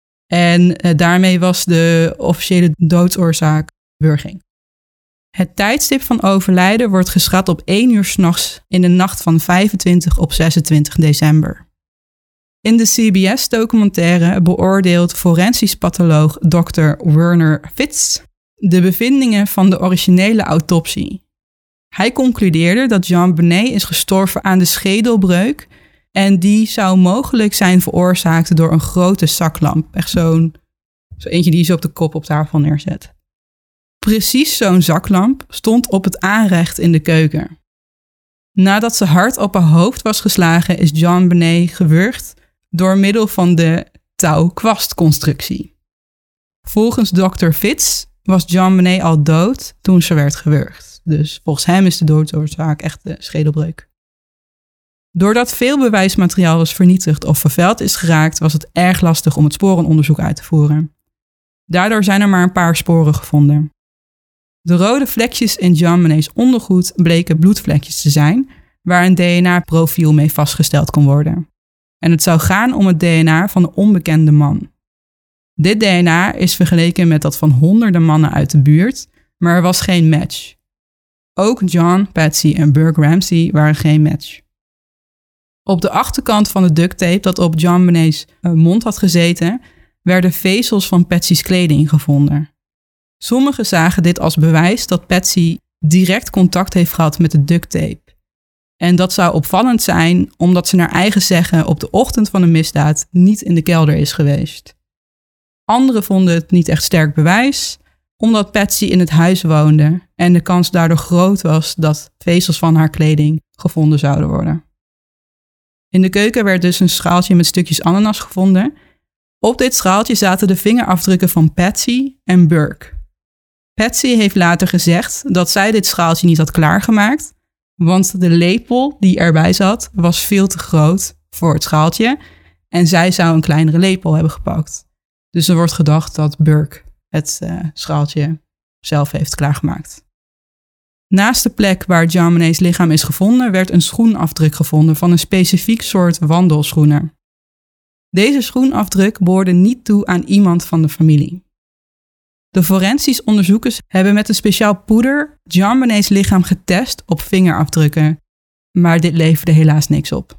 En eh, daarmee was de officiële doodsoorzaak wurging. Het tijdstip van overlijden wordt geschat op één uur 's nachts in de nacht van vijfentwintig op zesentwintig december. In de C B S-documentaire beoordeelt forensisch patholoog dokter Werner Fitz de bevindingen van de originele autopsie. Hij concludeerde dat JonBené is gestorven aan de schedelbreuk en die zou mogelijk zijn veroorzaakt door een grote zaklamp. Echt zo'n zo eentje die ze op de kop op tafel neerzet. Precies zo'n zaklamp stond op het aanrecht in de keuken. Nadat ze hard op haar hoofd was geslagen is JonBené gewurgd door middel van de touw-kwastconstructie. Volgens dokter Fitz was JonBené al dood toen ze werd gewurgd. Dus volgens hem is de doodsoorzaak echt de schedelbreuk. Doordat veel bewijsmateriaal was vernietigd of vervuild is geraakt, was het erg lastig om het sporenonderzoek uit te voeren. Daardoor zijn er maar een paar sporen gevonden. De rode vlekjes in JonBené's ondergoed bleken bloedvlekjes te zijn, waar een D N A-profiel mee vastgesteld kon worden. En het zou gaan om het D N A van een onbekende man. Dit D N A is vergeleken met dat van honderden mannen uit de buurt, maar er was geen match. Ook John, Patsy en Burke Ramsey waren geen match. Op de achterkant van de ducttape dat op JonBené's mond had gezeten, werden vezels van Patsy's kleding gevonden. Sommigen zagen dit als bewijs dat Patsy direct contact heeft gehad met de ducttape. En dat zou opvallend zijn omdat ze naar eigen zeggen op de ochtend van de misdaad niet in de kelder is geweest. Anderen vonden het niet echt sterk bewijs, omdat Patsy in het huis woonde en de kans daardoor groot was dat vezels van haar kleding gevonden zouden worden. In de keuken werd dus een schaaltje met stukjes ananas gevonden. Op dit schaaltje zaten de vingerafdrukken van Patsy en Burke. Patsy heeft later gezegd dat zij dit schaaltje niet had klaargemaakt, want de lepel die erbij zat was veel te groot voor het schaaltje en zij zou een kleinere lepel hebben gepakt. Dus er wordt gedacht dat Burke het uh, schaaltje zelf heeft klaargemaakt. Naast de plek waar JonBené's lichaam is gevonden, werd een schoenafdruk gevonden van een specifiek soort wandelschoenen. Deze schoenafdruk behoorde niet toe aan iemand van de familie. De forensisch onderzoekers hebben met een speciaal poeder JonBené's lichaam getest op vingerafdrukken, maar dit leverde helaas niks op.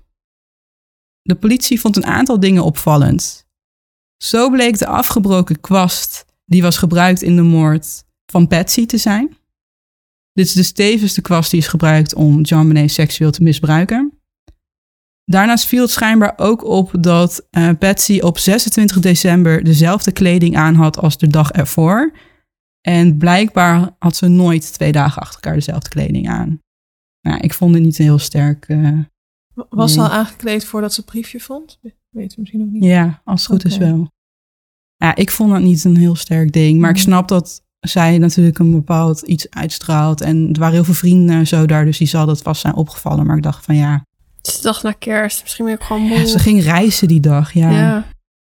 De politie vond een aantal dingen opvallend. Zo bleek de afgebroken kwast die was gebruikt in de moord van Patsy te zijn. Dit is de stevigste kwast die is gebruikt om JonBené seksueel te misbruiken. Daarnaast viel het schijnbaar ook op dat uh, Patsy op zesentwintig december dezelfde kleding aan had als de dag ervoor. En blijkbaar had ze nooit twee dagen achter elkaar dezelfde kleding aan. Nou, ik vond het niet heel sterk. Uh, Was nee. ze al aangekleed voordat ze het briefje vond? Weet je misschien ook niet. Ja, als het goed is Oké. wel. Ja, ik vond het niet een heel sterk ding. Maar ik snap dat zij natuurlijk een bepaald iets uitstraalt. En er waren heel veel vrienden en zo daar, dus die zal dat vast zijn opgevallen. Maar ik dacht van ja... Het is de dag na kerst. Misschien ben ik gewoon moe. ja ze ging reizen die dag, ja. Ja.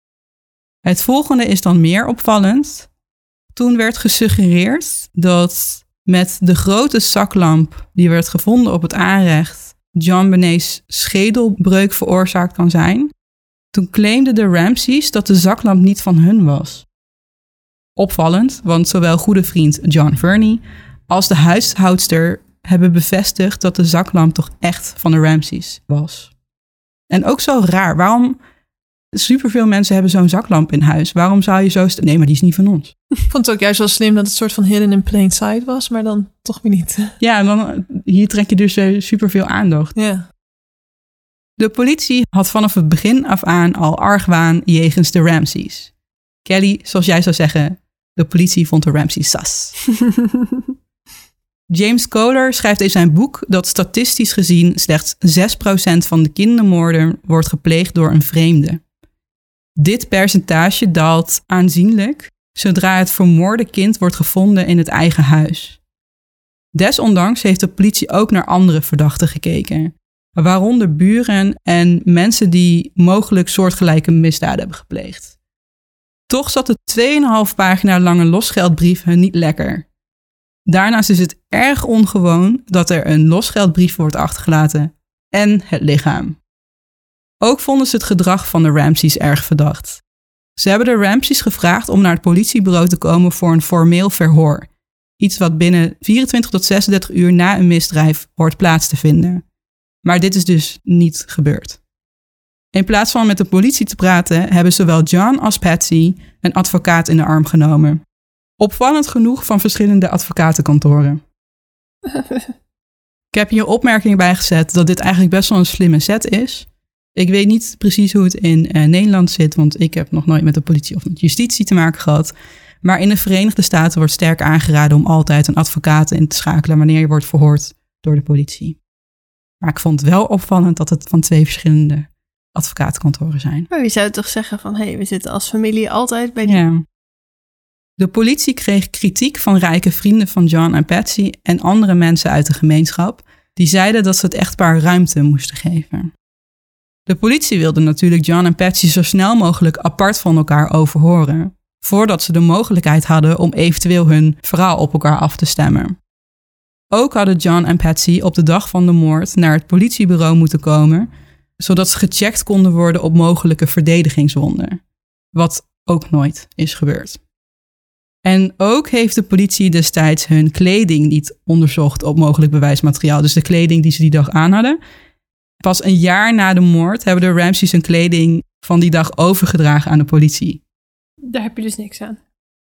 Het volgende is dan meer opvallend. Toen werd gesuggereerd dat met de grote zaklamp die werd gevonden op het aanrecht JonBené's schedelbreuk veroorzaakt kan zijn. Toen claimden de Ramseys dat de zaklamp niet van hun was. Opvallend, want zowel goede vriend John Verney als de huishoudster hebben bevestigd dat de zaklamp toch echt van de Ramseys was. En ook zo raar, waarom... Superveel mensen hebben zo'n zaklamp in huis. Waarom zou je zo... St- nee, maar die is niet van ons. Ik vond het ook juist wel slim dat het soort van hidden in plain sight was, maar dan toch weer niet. Ja, en dan hier trek je dus uh, superveel aandacht. Ja. De politie had vanaf het begin af aan al argwaan jegens de Ramseys. Kelly, zoals jij zou zeggen, de politie vond de Ramseys sas. James Kohler schrijft in zijn boek dat statistisch gezien slechts zes procent van de kindermoorden wordt gepleegd door een vreemde. Dit percentage daalt aanzienlijk zodra het vermoorde kind wordt gevonden in het eigen huis. Desondanks heeft de politie ook naar andere verdachten gekeken, waaronder buren en mensen die mogelijk soortgelijke misdaden hebben gepleegd. Toch zat de twee komma vijf pagina lange losgeldbrief hun niet lekker. Daarnaast is het erg ongewoon dat er een losgeldbrief wordt achtergelaten en het lichaam. Ook vonden ze het gedrag van de Ramseys erg verdacht. Ze hebben de Ramseys gevraagd om naar het politiebureau te komen voor een formeel verhoor. Iets wat binnen vierentwintig tot zesendertig uur na een misdrijf hoort plaats te vinden. Maar dit is dus niet gebeurd. In plaats van met de politie te praten, hebben zowel John als Patsy een advocaat in de arm genomen. Opvallend genoeg van verschillende advocatenkantoren. Ik heb hier opmerkingen bij gezet dat dit eigenlijk best wel een slimme set is. Ik weet niet precies hoe het in uh, Nederland zit, want ik heb nog nooit met de politie of met justitie te maken gehad. Maar in de Verenigde Staten wordt sterk aangeraden om altijd een advocaat in te schakelen wanneer je wordt verhoord door de politie. Maar ik vond het wel opvallend dat het van twee verschillende advocatenkantoren zijn. Maar je zou toch zeggen van, hé, hey, we zitten als familie altijd bij die... Ja. De politie kreeg kritiek van rijke vrienden van John en Patsy en andere mensen uit de gemeenschap, die zeiden dat ze het echtpaar ruimte moesten geven. De politie wilde natuurlijk John en Patsy zo snel mogelijk apart van elkaar overhoren, voordat ze de mogelijkheid hadden om eventueel hun verhaal op elkaar af te stemmen. Ook hadden John en Patsy op de dag van de moord naar het politiebureau moeten komen, zodat ze gecheckt konden worden op mogelijke verdedigingswonden, wat ook nooit is gebeurd. En ook heeft de politie destijds hun kleding niet onderzocht op mogelijk bewijsmateriaal, dus de kleding die ze die dag aan hadden. Pas een jaar na de moord hebben de Ramseys hun kleding van die dag overgedragen aan de politie. Daar heb je dus niks aan.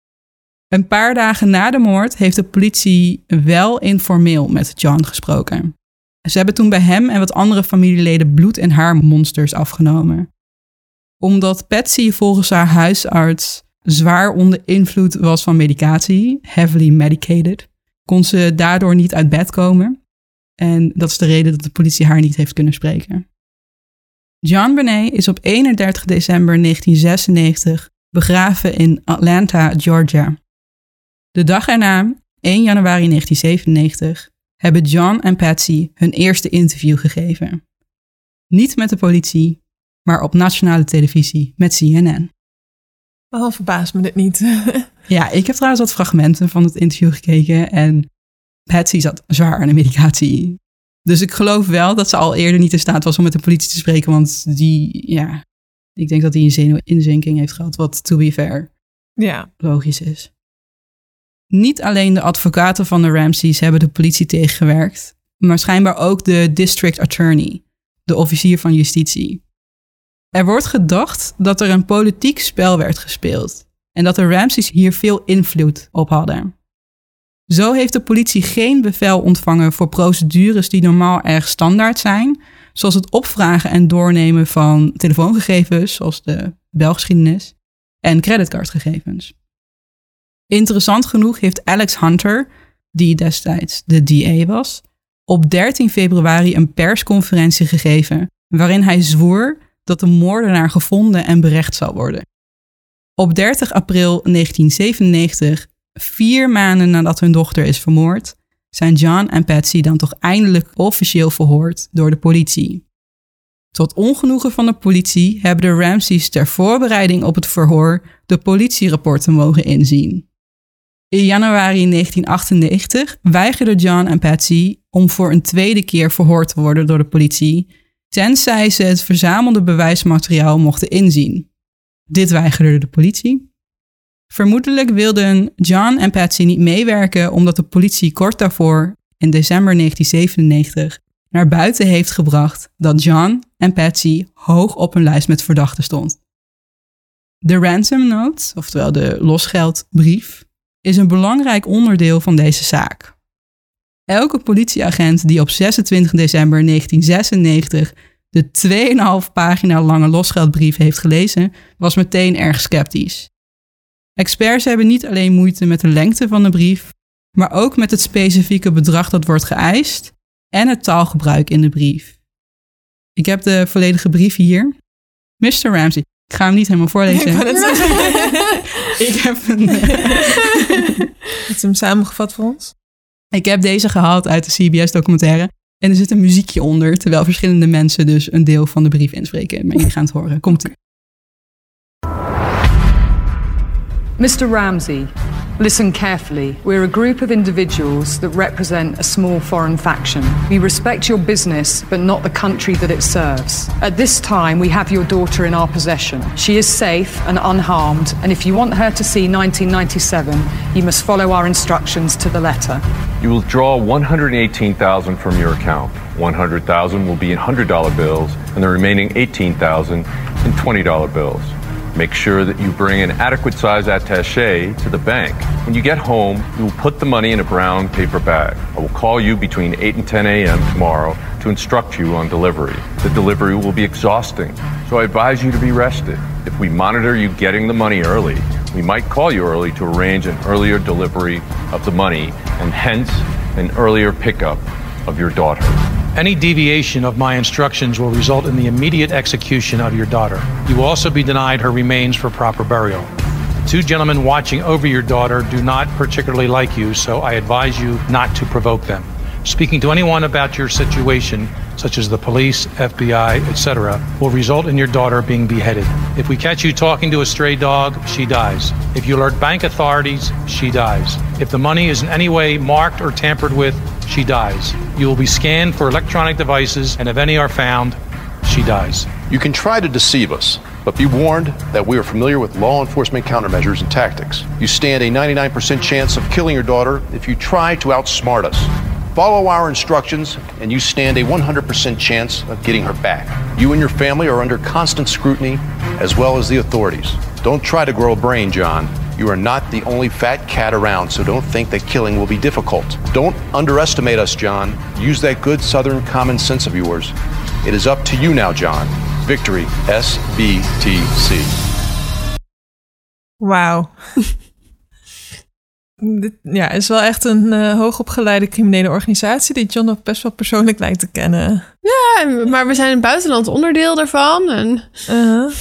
Een paar dagen na de moord heeft de politie wel informeel met John gesproken. Ze hebben toen bij hem en wat andere familieleden bloed- en haarmonsters afgenomen. Omdat Patsy volgens haar huisarts zwaar onder invloed was van medicatie, heavily medicated, kon ze daardoor niet uit bed komen. En dat is de reden dat de politie haar niet heeft kunnen spreken. JonBenét is op eenendertig december negentien zesennegentig begraven in Atlanta, Georgia. De dag erna, één januari negentien zevenennegentig, hebben John en Patsy hun eerste interview gegeven. Niet met de politie, maar op nationale televisie met C N N. Oh, verbaast me dit niet. Ja, ik heb trouwens wat fragmenten van het interview gekeken en Patsy zat zwaar aan de medicatie. Dus ik geloof wel dat ze al eerder niet in staat was om met de politie te spreken, want die, ja, ik denk dat hij een zenuwinzinking heeft gehad, wat to be fair Ja. logisch is. Niet alleen de advocaten van de Ramseys hebben de politie tegengewerkt, maar schijnbaar ook de district attorney, de officier van justitie. Er wordt gedacht dat er een politiek spel werd gespeeld en dat de Ramseys hier veel invloed op hadden. Zo heeft de politie geen bevel ontvangen voor procedures die normaal erg standaard zijn, zoals het opvragen en doornemen van telefoongegevens, zoals de belgeschiedenis, en creditcardgegevens. Interessant genoeg heeft Alex Hunter, die destijds de D A was, op dertien februari een persconferentie gegeven waarin hij zwoer dat de moordenaar gevonden en berecht zal worden. Op dertig april negentien zevenennegentig, vier maanden nadat hun dochter is vermoord, zijn John en Patsy dan toch eindelijk officieel verhoord door de politie. Tot ongenoegen van de politie hebben de Ramseys ter voorbereiding op het verhoor de politierapporten mogen inzien. In januari negentien achtennegentig weigerden John en Patsy om voor een tweede keer verhoord te worden door de politie, tenzij ze het verzamelde bewijsmateriaal mochten inzien. Dit weigerde de politie. Vermoedelijk wilden John en Patsy niet meewerken omdat de politie kort daarvoor, in december negentien zevenennegentig, naar buiten heeft gebracht dat John en Patsy hoog op een lijst met verdachten stond. De ransom note, oftewel de losgeldbrief, is een belangrijk onderdeel van deze zaak. Elke politieagent die op zesentwintig december negentien zesennegentig de twee komma vijf pagina lange losgeldbrief heeft gelezen, was meteen erg sceptisch. Experts hebben niet alleen moeite met de lengte van de brief, maar ook met het specifieke bedrag dat wordt geëist en het taalgebruik in de brief. Ik heb de volledige brief hier. mister Ramsey, ik ga hem niet helemaal voorlezen. Ik, ik heb een... Heb je hem samengevat voor ons? Ik heb deze gehaald uit de C B S-documentaire. En er zit een muziekje onder, terwijl verschillende mensen dus een deel van de brief inspreken. Maar jullie gaan het horen. Komt-ie. mister Ramsey, listen carefully. We're a group of individuals that represent a small foreign faction. We respect your business, but not the country that it serves. At this time, we have your daughter in our possession. She is safe and unharmed, and if you want her to see nineteen ninety-seven, you must follow our instructions to the letter. You will draw one hundred eighteen thousand dollars from your account. one hundred thousand dollars will be in one hundred dollar bills, and the remaining eighteen thousand dollars in twenty dollar bills. Make sure that you bring an adequate size attaché to the bank. When you get home, you will put the money in a brown paper bag. I will call you between eight and ten a.m. tomorrow to instruct you on delivery. The delivery will be exhausting, so I advise you to be rested. If we monitor you getting the money early, we might call you early to arrange an earlier delivery of the money and hence an earlier pickup of your daughter. Any deviation of my instructions will result in the immediate execution of your daughter. You will also be denied her remains for proper burial. The two gentlemen watching over your daughter do not particularly like you, so I advise you not to provoke them. Speaking to anyone about your situation, such as the police, F B I, et cetera, will result in your daughter being beheaded. If we catch you talking to a stray dog, she dies. If you alert bank authorities, she dies. If the money is in any way marked or tampered with, she dies. You will be scanned for electronic devices, and if any are found, she dies. You can try to deceive us, but be warned that we are familiar with law enforcement countermeasures and tactics. You stand a ninety-nine percent chance of killing your daughter if you try to outsmart us. Follow our instructions, and you stand a one hundred percent chance of getting her back. You and your family are under constant scrutiny, as well as the authorities. Don't try to grow a brain, John. You are not the only fat cat around, so don't think that killing will be difficult. Don't underestimate us, John. Use that good Southern common sense of yours. It is up to you now, John. Victory, S B T C. Wauw. Dit, ja, het is wel echt een uh, hoogopgeleide criminele organisatie die John ook best wel persoonlijk lijkt te kennen. Ja, maar we zijn een buitenland onderdeel daarvan. En... Uh-huh.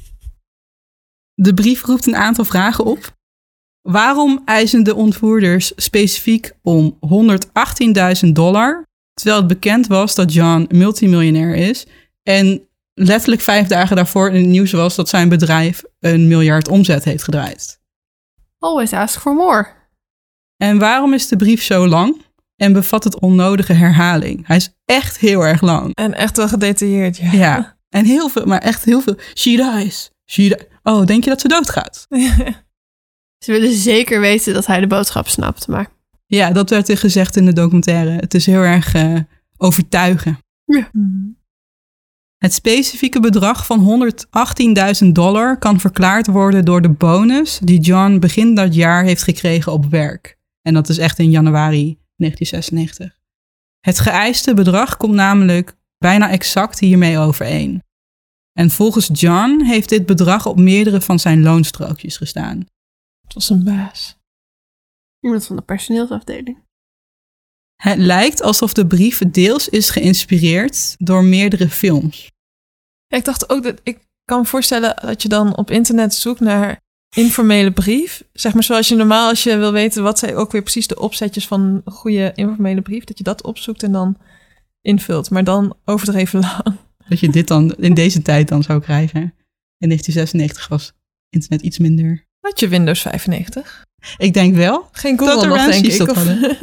De brief roept een aantal vragen op. Waarom eisen de ontvoerders specifiek om honderdachttienduizend dollar, terwijl het bekend was dat John multimiljonair is en letterlijk vijf dagen daarvoor in het nieuws was dat zijn bedrijf een miljard omzet heeft gedraaid? Always ask for more. En waarom is de brief zo lang en bevat het onnodige herhaling? Hij is echt heel erg lang. En echt wel gedetailleerd, ja. Ja, en heel veel, maar echt heel veel. She dies. She di- oh, denk je dat ze doodgaat? Ze willen zeker weten dat hij de boodschap snapt, maar... Ja, dat werd er gezegd in de documentaire. Het is heel erg uh, overtuigen. Ja. Mm-hmm. Het specifieke bedrag van honderdachttienduizend dollar kan verklaard worden door de bonus die John begin dat jaar heeft gekregen op werk. En dat is echt in januari negentien zesennegentig. Het geëiste bedrag komt namelijk bijna exact hiermee overeen. En volgens John heeft dit bedrag op meerdere van zijn loonstrookjes gestaan. Het was een baas. Iemand van de personeelsafdeling. Het lijkt alsof de brief deels is geïnspireerd door meerdere films. Ja, ik dacht ook dat ik kan me voorstellen dat je dan op internet zoekt naar informele brief. Zeg maar zoals je normaal als je wil weten wat zijn ook weer precies de opzetjes van een goede informele brief. Dat je dat opzoekt en dan invult. Maar dan overdreven lang. Dat je dit dan in deze tijd dan zou krijgen. In negentien zesennegentig was internet iets minder. Had je Windows vijfennegentig? Ik denk wel. Geen Google dat de nog, denk ik. Dat of... hadden.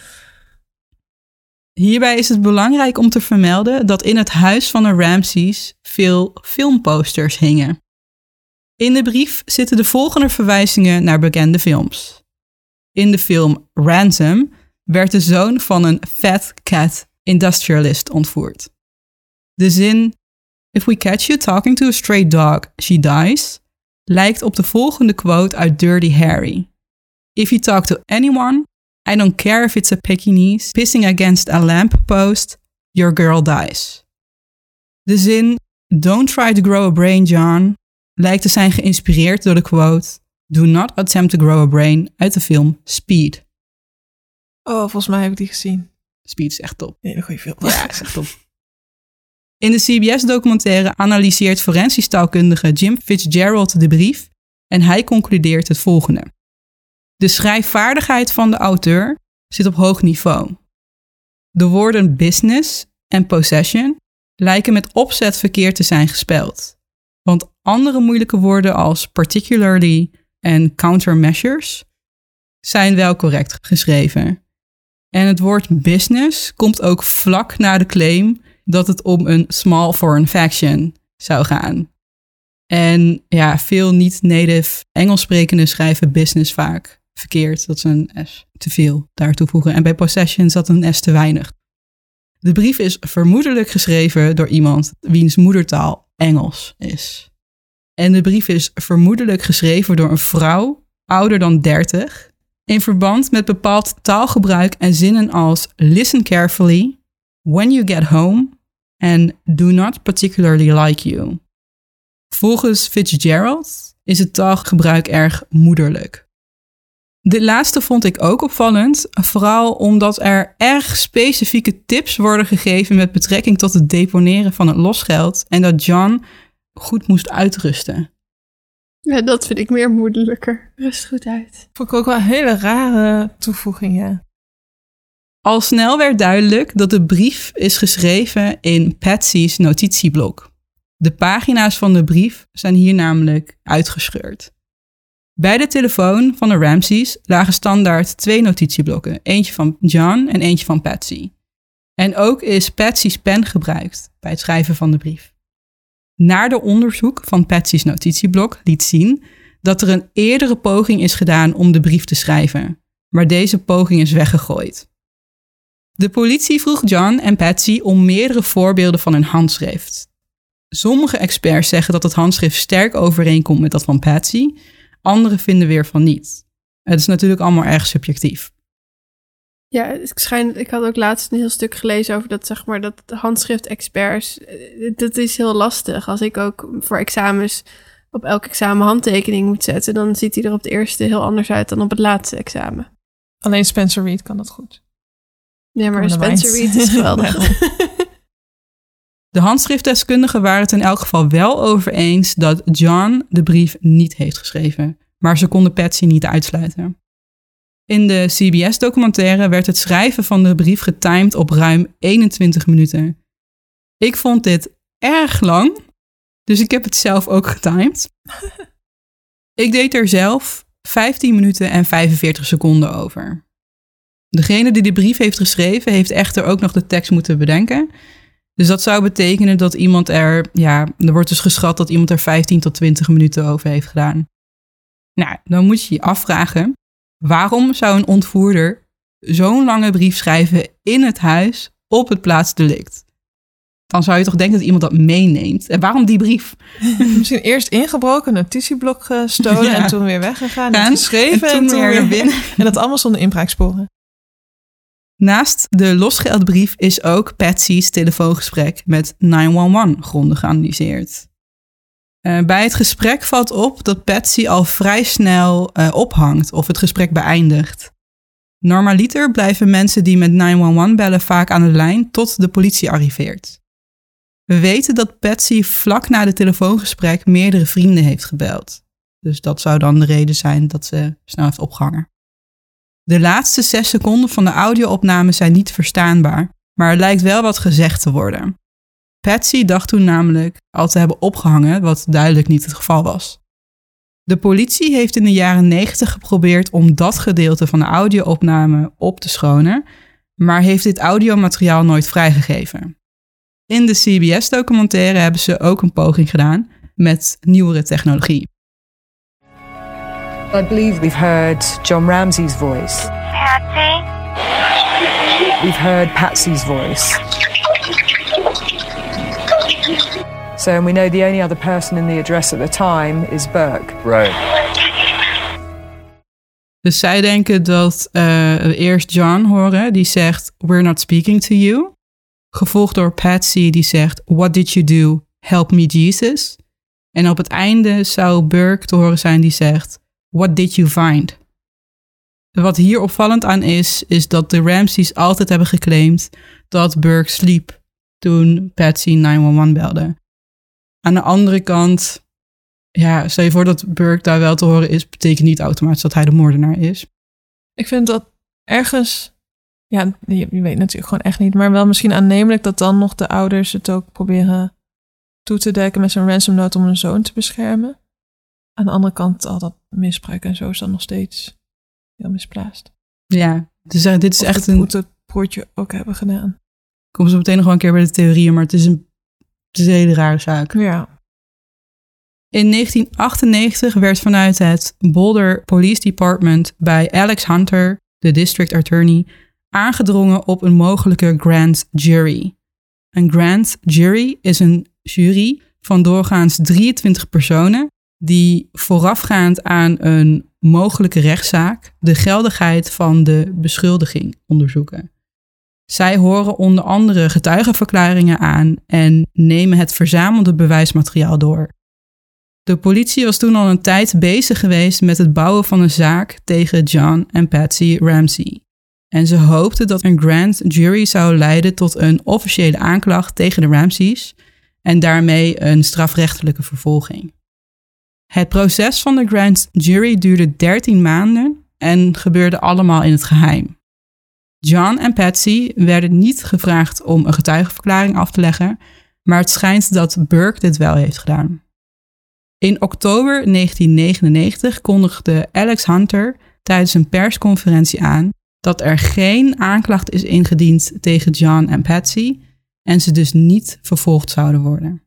Hierbij is het belangrijk om te vermelden dat in het huis van de Ramseys veel filmposters hingen. In de brief zitten de volgende verwijzingen naar bekende films. In de film Ransom werd de zoon van een fat cat industrialist ontvoerd. De zin "If we catch you talking to a stray dog, she dies" lijkt op de volgende quote uit Dirty Harry. "If you talk to anyone, I don't care if it's a Pekingese pissing against a lamppost, your girl dies." De zin "Don't try to grow a brain, John" lijkt te zijn geïnspireerd door de quote "Do not attempt to grow a brain" uit de film Speed. Oh, volgens mij heb ik die gezien. Speed is echt top. Hele goede film. Ja, is echt top. In de C B S-documentaire analyseert forensisch taalkundige Jim Fitzgerald de brief en hij concludeert het volgende. De schrijfvaardigheid van de auteur zit op hoog niveau. De woorden business en possession lijken met opzet verkeerd te zijn gespeld. Want andere moeilijke woorden als particularly en countermeasures zijn wel correct geschreven. En het woord business komt ook vlak na de claim dat het om een small foreign faction zou gaan. En ja, veel niet-native Engels sprekenden schrijven business vaak verkeerd. Dat is een S te veel daar toevoegen. En bij possession zat een S te weinig. De brief is vermoedelijk geschreven door iemand wiens moedertaal Engels is. En de brief is vermoedelijk geschreven door een vrouw, ouder dan dertig, in verband met bepaald taalgebruik en zinnen als listen carefully, when you get home en do not particularly like you. Volgens Fitzgerald is het taalgebruik erg moederlijk. Dit laatste vond ik ook opvallend, vooral omdat er erg specifieke tips worden gegeven met betrekking tot het deponeren van het losgeld en dat John goed moest uitrusten. Ja, dat vind ik meer moedelijker. Rust goed uit. Vond ik ook wel een hele rare toevoeging, ja. Al snel werd duidelijk dat de brief is geschreven in Patsy's notitieblok. De pagina's van de brief zijn hier namelijk uitgescheurd. Bij de telefoon van de Ramseys lagen standaard twee notitieblokken. Eentje van John en eentje van Patsy. En ook is Patsy's pen gebruikt bij het schrijven van de brief. Nader onderzoek van Patsy's notitieblok liet zien dat er een eerdere poging is gedaan om de brief te schrijven. Maar deze poging is weggegooid. De politie vroeg John en Patsy om meerdere voorbeelden van hun handschrift. Sommige experts zeggen dat het handschrift sterk overeenkomt met dat van Patsy. Anderen vinden weer van niet. Het is natuurlijk allemaal erg subjectief. Ja, ik, schijn, ik had ook laatst een heel stuk gelezen over dat, zeg maar, dat handschrift-experts, dat is heel lastig. Als ik ook voor examens op elk examen handtekening moet zetten, dan ziet hij er op het eerste heel anders uit dan op het laatste examen. Alleen Spencer Reid kan dat goed. Ja, maar Spencer Reid is geweldig. De handschriftdeskundigen waren het in elk geval wel over eens dat John de brief niet heeft geschreven, maar ze konden Patsy niet uitsluiten. In de C B S-documentaire werd het schrijven van de brief getimed op ruim eenentwintig minuten. Ik vond dit erg lang, dus ik heb het zelf ook getimed. Ik deed er zelf vijftien minuten en vijfenveertig seconden over. Degene die de brief heeft geschreven heeft echter ook nog de tekst moeten bedenken. Dus dat zou betekenen dat iemand er, ja, er wordt dus geschat dat iemand er vijftien tot twintig minuten over heeft gedaan. Nou, dan moet je je afvragen, waarom zou een ontvoerder zo'n lange brief schrijven in het huis op het plaatsdelict? Dan zou je toch denken dat iemand dat meeneemt. En waarom die brief? Misschien eerst ingebroken, een notitieblok gestolen ja. en toen weer weggegaan en geschreven en toen, en toen weer binnen. En dat allemaal zonder inbraaksporen. Naast de losgeldbrief is ook Patsy's telefoongesprek met negen een een grondig geanalyseerd. Uh, bij het gesprek valt op dat Patsy al vrij snel uh, ophangt of het gesprek beëindigt. Normaliter blijven mensen die met negen een een bellen vaak aan de lijn tot de politie arriveert. We weten dat Patsy vlak na het telefoongesprek meerdere vrienden heeft gebeld. Dus dat zou dan de reden zijn dat ze snel heeft opgehangen. De laatste zes seconden van de audio-opname zijn niet verstaanbaar, maar er lijkt wel wat gezegd te worden. Patsy dacht toen namelijk al te hebben opgehangen, wat duidelijk niet het geval was. De politie heeft in de jaren negentig geprobeerd om dat gedeelte van de audio-opname op te schonen, maar heeft dit audiomateriaal nooit vrijgegeven. In de C B S-documentaire hebben ze ook een poging gedaan met nieuwere technologie. I believe we've heard John Ramsey's voice. Patsy? We've heard Patsy's voice. So we know the only other person in the address at the time is Burke. Right. Dus zij denken dat uh, we eerst John horen, die zegt, we're not speaking to you. gevolgd door Patsy die zegt, what did you do? Help me Jesus. En op het einde zou Burke te horen zijn die zegt, what did you find? Wat hier opvallend aan is, is dat de Ramseys altijd hebben geclaimd dat Burke sliep toen Patsy negen een een belde. Aan de andere kant, ja, stel je voor dat Burke daar wel te horen is, betekent niet automatisch dat hij de moordenaar is. Ik vind dat ergens, ja, je, je weet natuurlijk gewoon echt niet, maar wel misschien aannemelijk dat dan nog de ouders het ook proberen toe te dekken met zo'n ransom note om hun zoon te beschermen. Aan de andere kant, al dat misbruik en zo is dan nog steeds heel misplaatst. Ja, dus uh, dit is of echt het een... moet het broertje ook hebben gedaan. Kom zo meteen nog wel een keer bij de theorieën, maar het is een, het is een hele rare zaak. Ja. In negentien achtennegentig werd vanuit het Boulder Police Department bij Alex Hunter, de district attorney, aangedrongen op een mogelijke grand jury. Een grand jury is een jury van doorgaans drieëntwintig personen die voorafgaand aan een mogelijke rechtszaak de geldigheid van de beschuldiging onderzoeken. Zij horen onder andere getuigenverklaringen aan en nemen het verzamelde bewijsmateriaal door. De politie was toen al een tijd bezig geweest met het bouwen van een zaak tegen John en Patsy Ramsey. En ze hoopten dat een grand jury zou leiden tot een officiële aanklacht tegen de Ramseys en daarmee een strafrechtelijke vervolging. Het proces van de grand jury duurde dertien maanden en gebeurde allemaal in het geheim. John en Patsy werden niet gevraagd om een getuigenverklaring af te leggen, maar het schijnt dat Burke dit wel heeft gedaan. In oktober negentien negenennegentig kondigde Alex Hunter tijdens een persconferentie aan dat er geen aanklacht is ingediend tegen John en Patsy en ze dus niet vervolgd zouden worden.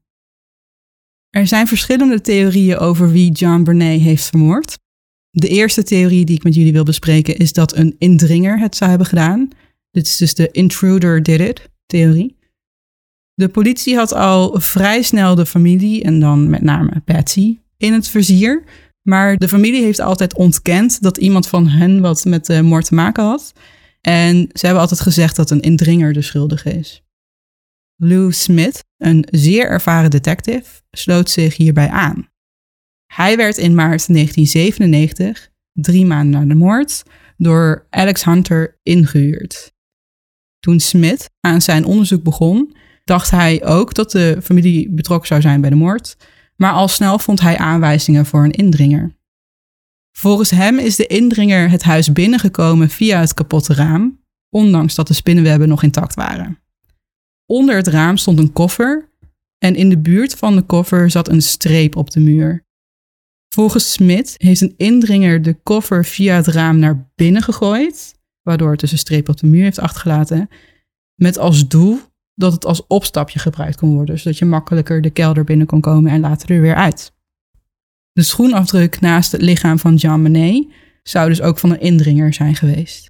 Er zijn verschillende theorieën over wie John Bernay heeft vermoord. De eerste theorie die ik met jullie wil bespreken is dat een indringer het zou hebben gedaan. Dit is dus de intruder did it theorie. De politie had al vrij snel de familie en dan met name Patsy in het vizier. Maar de familie heeft altijd ontkend dat iemand van hen wat met de moord te maken had. En ze hebben altijd gezegd dat een indringer de schuldige is. Lou Smith, een zeer ervaren detective, sloot zich hierbij aan. Hij werd in maart negentien zevenennegentig, drie maanden na de moord, door Alex Hunter ingehuurd. Toen Smith aan zijn onderzoek begon, dacht hij ook dat de familie betrokken zou zijn bij de moord, maar al snel vond hij aanwijzingen voor een indringer. Volgens hem is de indringer het huis binnengekomen via het kapotte raam, ondanks dat de spinnenwebben nog intact waren. Onder het raam stond een koffer en in de buurt van de koffer zat een streep op de muur. Volgens Smith heeft een indringer de koffer via het raam naar binnen gegooid, waardoor het dus een streep op de muur heeft achtergelaten, met als doel dat het als opstapje gebruikt kon worden, zodat je makkelijker de kelder binnen kon komen en later er weer uit. De schoenafdruk naast het lichaam van John Bernay zou dus ook van een indringer zijn geweest.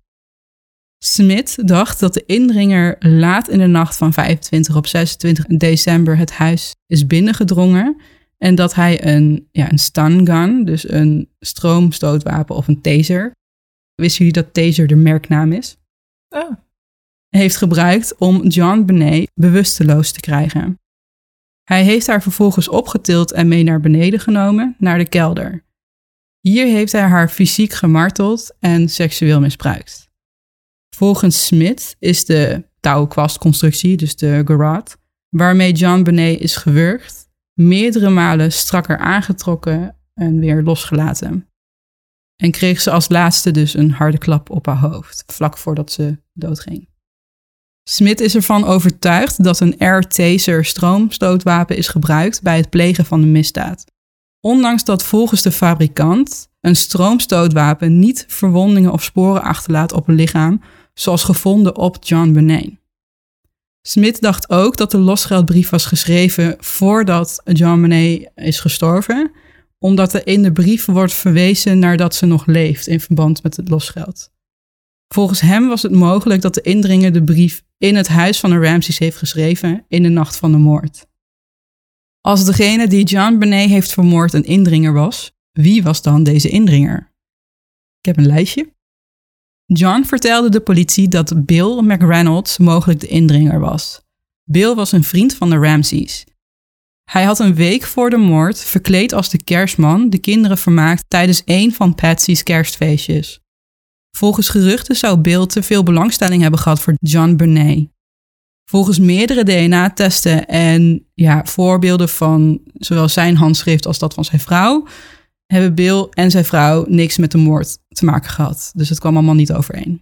Smith dacht dat de indringer laat in de nacht van vijfentwintig op zesentwintig december het huis is binnengedrongen en dat hij een, ja, een stun gun, dus een stroomstootwapen of een taser, wisten jullie dat taser de merknaam is? Oh. Heeft gebruikt om John Bernay bewusteloos te krijgen. Hij heeft haar vervolgens opgetild en mee naar beneden genomen, naar de kelder. Hier heeft hij haar fysiek gemarteld en seksueel misbruikt. Volgens Smith is de touwkwastconstructie, dus de garrote, waarmee John Bernay is gewurgd, meerdere malen strakker aangetrokken en weer losgelaten. En kreeg ze als laatste dus een harde klap op haar hoofd, vlak voordat ze doodging. Smith is ervan overtuigd dat een air taser stroomstootwapen is gebruikt bij het plegen van de misdaad. Ondanks dat volgens de fabrikant een stroomstootwapen niet verwondingen of sporen achterlaat op een lichaam, zoals gevonden op John Bernay. Smith dacht ook dat de losgeldbrief was geschreven voordat John Bernay is gestorven, omdat er in de brief wordt verwezen naar dat ze nog leeft in verband met het losgeld. Volgens hem was het mogelijk dat de indringer de brief in het huis van de Ramseys heeft geschreven in de nacht van de moord. Als degene die John Bernay heeft vermoord een indringer was, wie was dan deze indringer? Ik heb een lijstje. John vertelde de politie dat Bill McReynolds mogelijk de indringer was. Bill was een vriend van de Ramseys. Hij had een week voor de moord, verkleed als de kerstman, de kinderen vermaakt tijdens een van Patsy's kerstfeestjes. Volgens geruchten zou Bill te veel belangstelling hebben gehad voor John Benet. Volgens meerdere D N A-testen en ja, voorbeelden van zowel zijn handschrift als dat van zijn vrouw, hebben Bill en zijn vrouw niks met de moord te maken gehad. Dus het kwam allemaal niet overeen.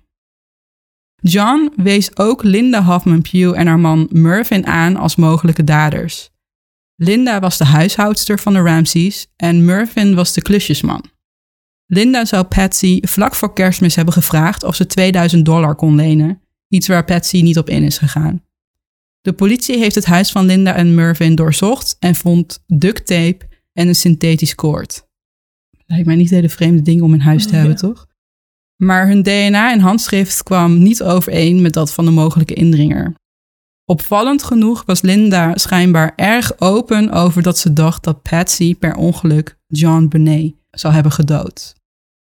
John wees ook Linda Hoffman Pugh en haar man Mervyn aan als mogelijke daders. Linda was de huishoudster van de Ramseys en Mervyn was de klusjesman. Linda zou Patsy vlak voor Kerstmis hebben gevraagd of ze tweeduizend dollar kon lenen, iets waar Patsy niet op in is gegaan. De politie heeft het huis van Linda en Mervyn doorzocht en vond duct tape en een synthetisch koord. Lijkt mij niet hele vreemde dingen om in huis te hebben, ja. Toch? Maar hun D N A en handschrift kwam niet overeen met dat van de mogelijke indringer. Opvallend genoeg was Linda schijnbaar erg open over dat ze dacht dat Patsy per ongeluk John Benet zou hebben gedood.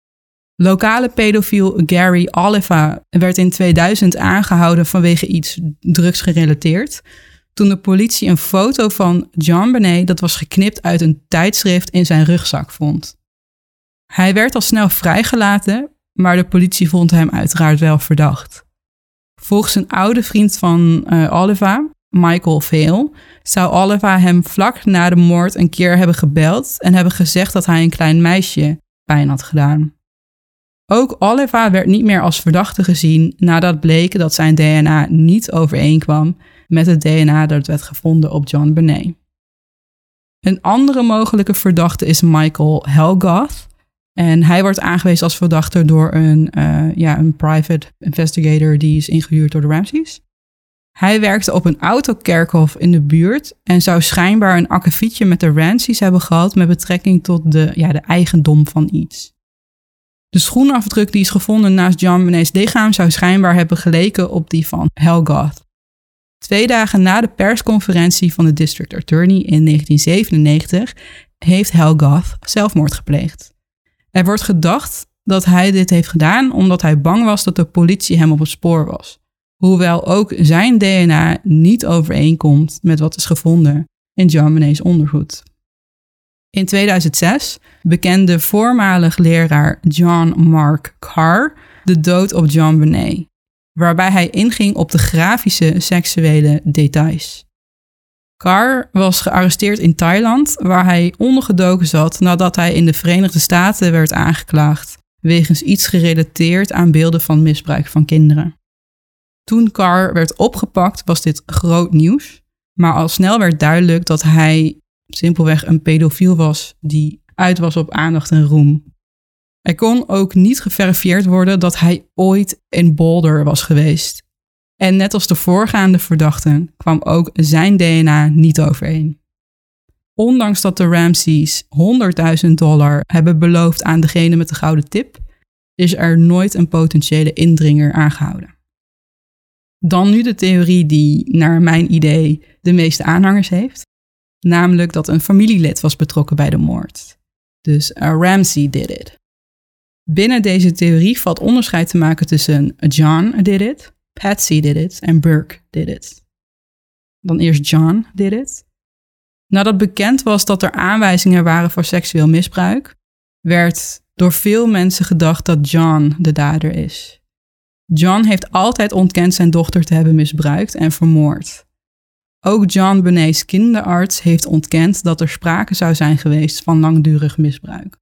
Lokale pedofiel Gary Oliva werd in tweeduizend aangehouden vanwege iets drugsgerelateerd, toen de politie een foto van John Benet dat was geknipt uit een tijdschrift in zijn rugzak vond. Hij werd al snel vrijgelaten, maar de politie vond hem uiteraard wel verdacht. Volgens een oude vriend van uh, Oliva, Michael Vale, zou Oliva hem vlak na de moord een keer hebben gebeld en hebben gezegd dat hij een klein meisje pijn had gedaan. Ook Oliva werd niet meer als verdachte gezien nadat bleek dat zijn D N A niet overeenkwam met het D N A dat werd gevonden op John Benet. Een andere mogelijke verdachte is Michael Helgoth. En hij wordt aangewezen als verdachte door een, uh, ja, een private investigator die is ingehuurd door de Ramseys. Hij werkte op een autokerkhof in de buurt en zou schijnbaar een akkefietje met de Ramseys hebben gehad met betrekking tot de, ja, de eigendom van iets. De schoenafdruk die is gevonden naast John Benet's lichaam zou schijnbaar hebben geleken op die van Helgoth. Twee dagen na de persconferentie van de District Attorney in negentien zevenennegentig heeft Helgoth zelfmoord gepleegd. Er wordt gedacht dat hij dit heeft gedaan omdat hij bang was dat de politie hem op het spoor was. Hoewel ook zijn D N A niet overeenkomt met wat is gevonden in John Benet's ondergoed. In tweeduizend zes bekende voormalig leraar John Mark Carr de dood op John Benet, waarbij hij inging op de grafische seksuele details. Carr was gearresteerd in Thailand, waar hij ondergedoken zat nadat hij in de Verenigde Staten werd aangeklaagd wegens iets gerelateerd aan beelden van misbruik van kinderen. Toen Carr werd opgepakt was dit groot nieuws, maar al snel werd duidelijk dat hij simpelweg een pedofiel was die uit was op aandacht en roem. Er kon ook niet geverifieerd worden dat hij ooit in Boulder was geweest. En net als de voorgaande verdachten kwam ook zijn D N A niet overeen. Ondanks dat de Ramseys honderdduizend dollar hebben beloofd aan degene met de gouden tip, is er nooit een potentiële indringer aangehouden. Dan nu de theorie die, naar mijn idee, de meeste aanhangers heeft. Namelijk dat een familielid was betrokken bij de moord. Dus a Ramsey did it. Binnen deze theorie valt onderscheid te maken tussen John did it, Patsy did it en Burke did it. Dan eerst John did it. Nadat bekend was dat er aanwijzingen waren voor seksueel misbruik, werd door veel mensen gedacht dat John de dader is. John heeft altijd ontkend zijn dochter te hebben misbruikt en vermoord. Ook John Benet's kinderarts heeft ontkend dat er sprake zou zijn geweest van langdurig misbruik.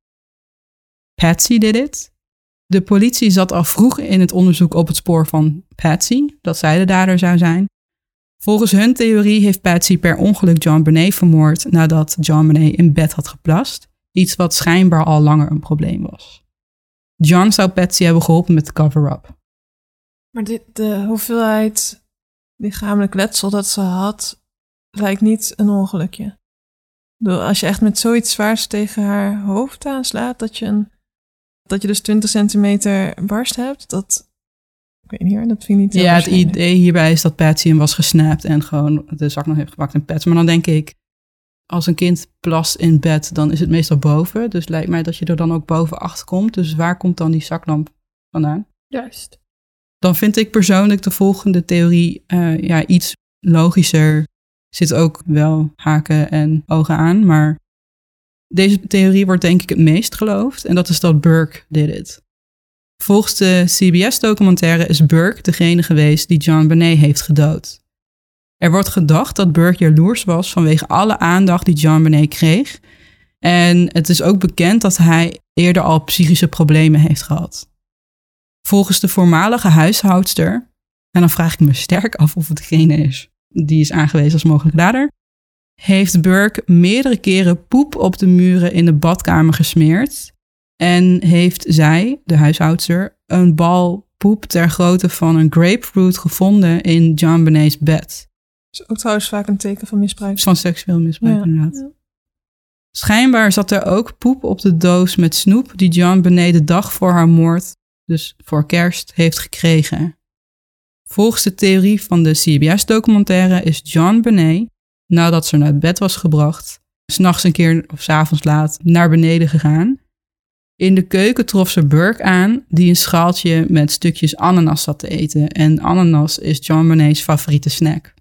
Patsy did it. De politie zat al vroeg in het onderzoek op het spoor van Patsy, dat zij de dader zou zijn. Volgens hun theorie heeft Patsy per ongeluk John Benet vermoord nadat John Benet in bed had geplast, iets wat schijnbaar al langer een probleem was. John zou Patsy hebben geholpen met de cover-up. Maar dit, de hoeveelheid lichamelijk letsel dat ze had, lijkt niet een ongelukje. Ik bedoel, als je echt met zoiets zwaars tegen haar hoofd aanslaat, dat je, een, dat je dus twintig centimeter barst hebt, dat, ik weet niet hoor, dat vind ik niet heel Ja, het idee hierbij is dat Patsy hem was gesnapt en gewoon de zak nog heeft gepakt en pet. Maar dan denk ik, als een kind plast in bed, dan is het meestal boven. Dus lijkt mij dat je er dan ook boven achter komt. Dus waar komt dan die zaklamp vandaan? Juist. Dan vind ik persoonlijk de volgende theorie uh, ja, iets logischer. Zit ook wel haken en ogen aan, maar deze theorie wordt denk ik het meest geloofd. En dat is dat Burke did it. Volgens de C B S-documentaire is Burke degene geweest die JonBenét heeft gedood. Er wordt gedacht dat Burke jaloers was vanwege alle aandacht die JonBenét kreeg. En het is ook bekend dat hij eerder al psychische problemen heeft gehad. Volgens de voormalige huishoudster, en dan vraag ik me sterk af of het degene is die is aangewezen als mogelijke dader, heeft Burke meerdere keren poep op de muren in de badkamer gesmeerd. En heeft zij, de huishoudster, een bal poep ter grootte van een grapefruit gevonden in JonBenét's bed. Dat is ook trouwens vaak een teken van misbruik. Van seksueel misbruik, ja, inderdaad. Ja. Schijnbaar zat er ook poep op de doos met snoep die JonBenét de dag voor haar moord, dus voor kerst, heeft gekregen. Volgens de theorie van de C B S-documentaire is JonBenét, nadat ze naar bed was gebracht, 's nachts een keer of 's avonds laat naar beneden gegaan. In de keuken trof ze Burke aan, die een schaaltje met stukjes ananas zat te eten. En ananas is JonBenét's favoriete snack.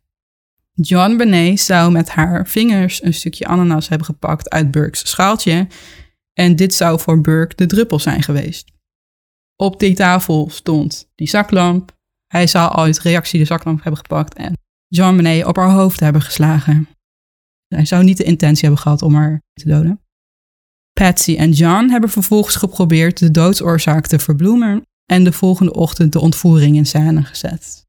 JonBenét zou met haar vingers een stukje ananas hebben gepakt uit Burke's schaaltje. En dit zou voor Burke de druppel zijn geweest. Op die tafel stond die zaklamp. Hij zou uit reactie de zaklamp hebben gepakt en JonBenét op haar hoofd hebben geslagen. Hij zou niet de intentie hebben gehad om haar te doden. Patsy en John hebben vervolgens geprobeerd de doodsoorzaak te verbloemen en de volgende ochtend de ontvoering in scène gezet.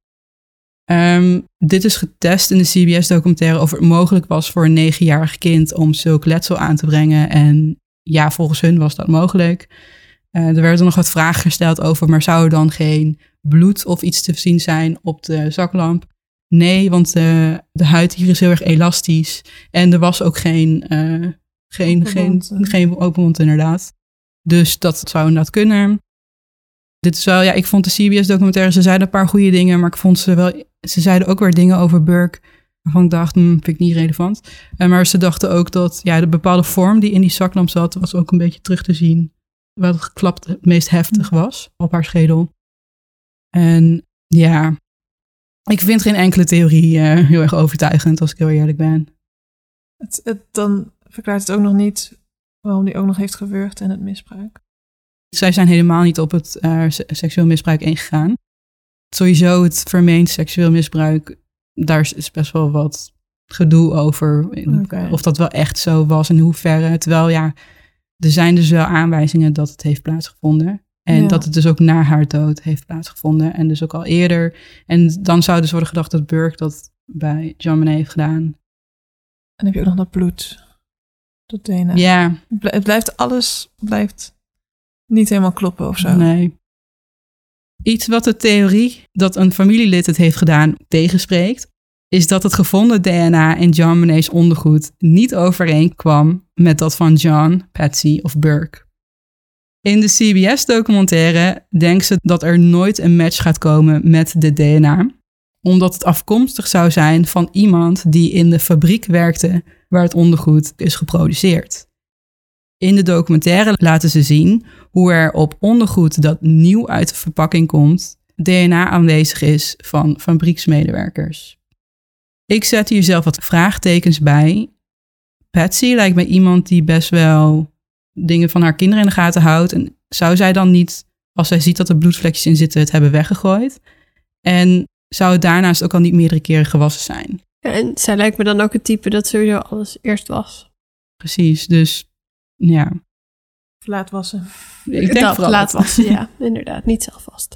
Um, dit is getest in de C B S-documentaire of het mogelijk was voor een negenjarig kind om zulk letsel aan te brengen. En ja, volgens hun was dat mogelijk. Uh, er werden nog wat vragen gesteld over, maar zou er dan geen bloed of iets te zien zijn op de zaklamp? Nee, want uh, de huid hier is heel erg elastisch en er was ook geen... Uh, Geen, geen, geen open mond, inderdaad. Dus dat zou inderdaad kunnen. Dit is wel, ja, ik vond de C B S-documentaire, ze zeiden een paar goede dingen, maar ik vond ze wel, ze zeiden ook weer dingen over Burke, waarvan ik dacht, hm, vind ik niet relevant. Uh, maar ze dachten ook dat, ja, de bepaalde vorm die in die zaklamp zat, was ook een beetje terug te zien, wat het geklapt het meest heftig was op haar schedel. En ja, ik vind geen enkele theorie uh, heel erg overtuigend, als ik heel eerlijk ben. Het, het, dan verklaart het ook nog niet waarom die ook nog heeft gewurgd en het misbruik. Zij zijn helemaal niet op het uh, seksueel misbruik ingegaan. Sowieso het vermeend seksueel misbruik, daar is best wel wat gedoe over. Okay. Of dat wel echt zo was, in hoeverre. Terwijl ja, er zijn dus wel aanwijzingen dat het heeft plaatsgevonden. En ja. dat het dus ook na haar dood heeft plaatsgevonden. En dus ook al eerder. En dan zou dus worden gedacht dat Burke dat bij JonBenét heeft gedaan. En dan heb je ook nog dat bloed. Dat D N A. Ja. Het blijft, alles blijft niet helemaal kloppen of zo. Nee. Iets wat de theorie dat een familielid het heeft gedaan tegenspreekt, is dat het gevonden D N A in JonBenét's ondergoed niet overeenkwam met dat van John, Patsy of Burke. In de C B S-documentaire denkt ze dat er nooit een match gaat komen met de D N A, omdat het afkomstig zou zijn van iemand die in de fabriek werkte waar het ondergoed is geproduceerd. In de documentaire laten ze zien hoe er op ondergoed dat nieuw uit de verpakking komt, D N A aanwezig is van fabrieksmedewerkers. Ik zet hier zelf wat vraagtekens bij. Patsy lijkt me iemand die best wel dingen van haar kinderen in de gaten houdt. En zou zij dan niet, als zij ziet dat er bloedvlekjes in zitten, het hebben weggegooid? En zou het daarnaast ook al niet meerdere keren gewassen zijn? Ja, en zij lijkt me dan ook het type dat sowieso alles eerst was. Precies, dus ja. Laat wassen. Ik denk dat, vooral laat wassen, ja, inderdaad. Niet zelf vast.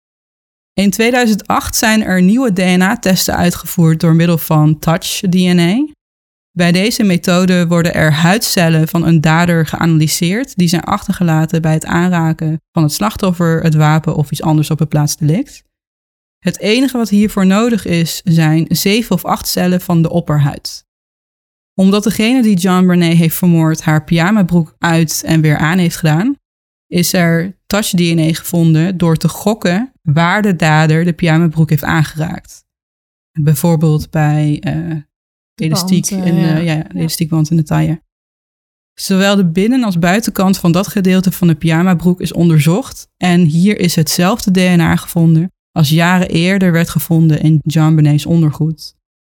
In tweeduizend acht zijn er nieuwe D N A-testen uitgevoerd door middel van Touch D N A. Bij deze methode worden er huidcellen van een dader geanalyseerd die zijn achtergelaten bij het aanraken van het slachtoffer, het wapen of iets anders op het plaatsdelict. Het enige wat hiervoor nodig is, zijn zeven of acht cellen van de opperhuid. Omdat degene die JonBenét heeft vermoord haar pyjamabroek uit en weer aan heeft gedaan, is er touch D N A gevonden door te gokken waar de dader de pyjamabroek heeft aangeraakt. Bijvoorbeeld bij uh, de elastiek band, uh, in de, ja. ja, de elastiekband in de taille. Zowel de binnen- als buitenkant van dat gedeelte van de pyjamabroek is onderzocht en hier is hetzelfde D N A gevonden als jaren eerder werd gevonden in JonBenét's ondergoed.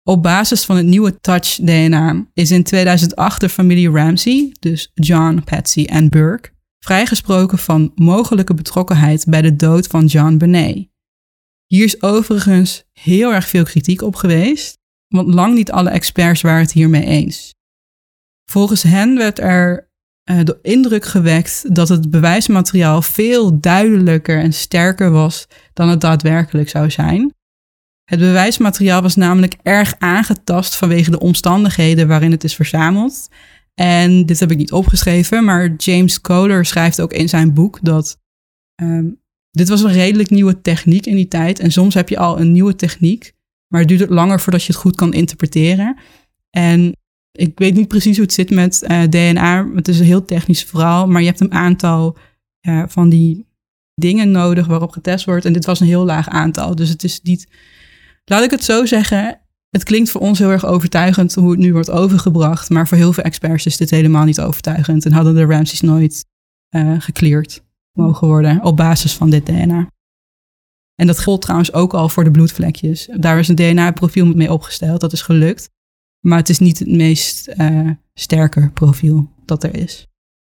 Op basis van het nieuwe Touch D N A is in tweeduizend acht de familie Ramsey, dus John, Patsy en Burke, vrijgesproken van mogelijke betrokkenheid bij de dood van JonBenét. Hier is overigens heel erg veel kritiek op geweest, want lang niet alle experts waren het hiermee eens. Volgens hen werd er uh, de indruk gewekt dat het bewijsmateriaal veel duidelijker en sterker was dan het daadwerkelijk zou zijn. Het bewijsmateriaal was namelijk erg aangetast vanwege de omstandigheden waarin het is verzameld. En dit heb ik niet opgeschreven, maar James Kohler schrijft ook in zijn boek dat um, dit was een redelijk nieuwe techniek in die tijd. En soms heb je al een nieuwe techniek, maar het duurt het langer voordat je het goed kan interpreteren. En ik weet niet precies hoe het zit met uh, D N A. Het is een heel technisch verhaal, maar je hebt een aantal uh, van die dingen nodig waarop getest wordt. En dit was een heel laag aantal, dus het is niet... Laat ik het zo zeggen, het klinkt voor ons heel erg overtuigend hoe het nu wordt overgebracht, maar voor heel veel experts is dit helemaal niet overtuigend en hadden de Ramseys nooit uh, gecleared mogen worden op basis van dit D N A. En dat geldt trouwens ook al voor de bloedvlekjes. Daar is een D N A-profiel mee opgesteld, dat is gelukt, maar het is niet het meest uh, sterke profiel dat er is.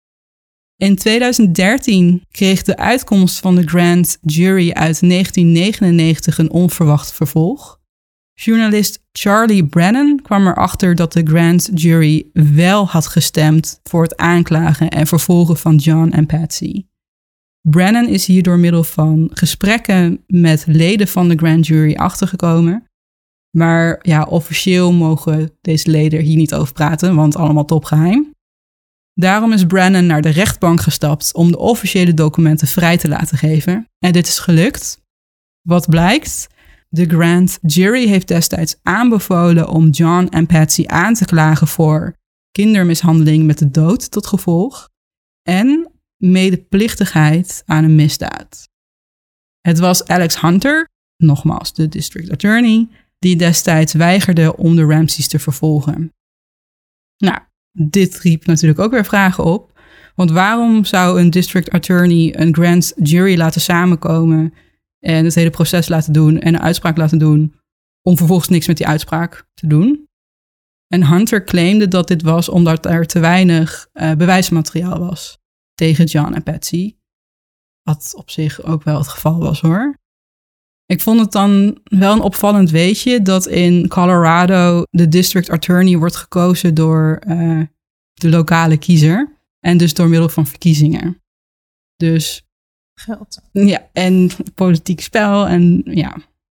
In tweeduizend dertien kreeg de uitkomst van de grand jury uit negentien negenennegentig een onverwacht vervolg. Journalist Charlie Brennan kwam erachter dat de grand jury wel had gestemd voor het aanklagen en vervolgen van John en Patsy. Brennan is hier door middel van gesprekken met leden van de grand jury achtergekomen. Maar ja, officieel mogen deze leden hier niet over praten, want allemaal topgeheim. Daarom is Brennan naar de rechtbank gestapt om de officiële documenten vrij te laten geven. En dit is gelukt. Wat blijkt? De grand jury heeft destijds aanbevolen om John en Patsy aan te klagen voor kindermishandeling met de dood tot gevolg en medeplichtigheid aan een misdaad. Het was Alex Hunter, nogmaals de district attorney, die destijds weigerde om de Ramseys te vervolgen. Nou, dit riep natuurlijk ook weer vragen op. Want waarom zou een district attorney een grand jury laten samenkomen en het hele proces laten doen en een uitspraak laten doen om vervolgens niks met die uitspraak te doen? En Hunter claimde dat dit was omdat er te weinig uh, bewijsmateriaal was tegen John en Patsy. Wat op zich ook wel het geval was hoor. Ik vond het dan wel een opvallend weetje dat in Colorado de district attorney wordt gekozen door uh, de lokale kiezer. En dus door middel van verkiezingen. Dus geld. Ja, en politiek spel en ja.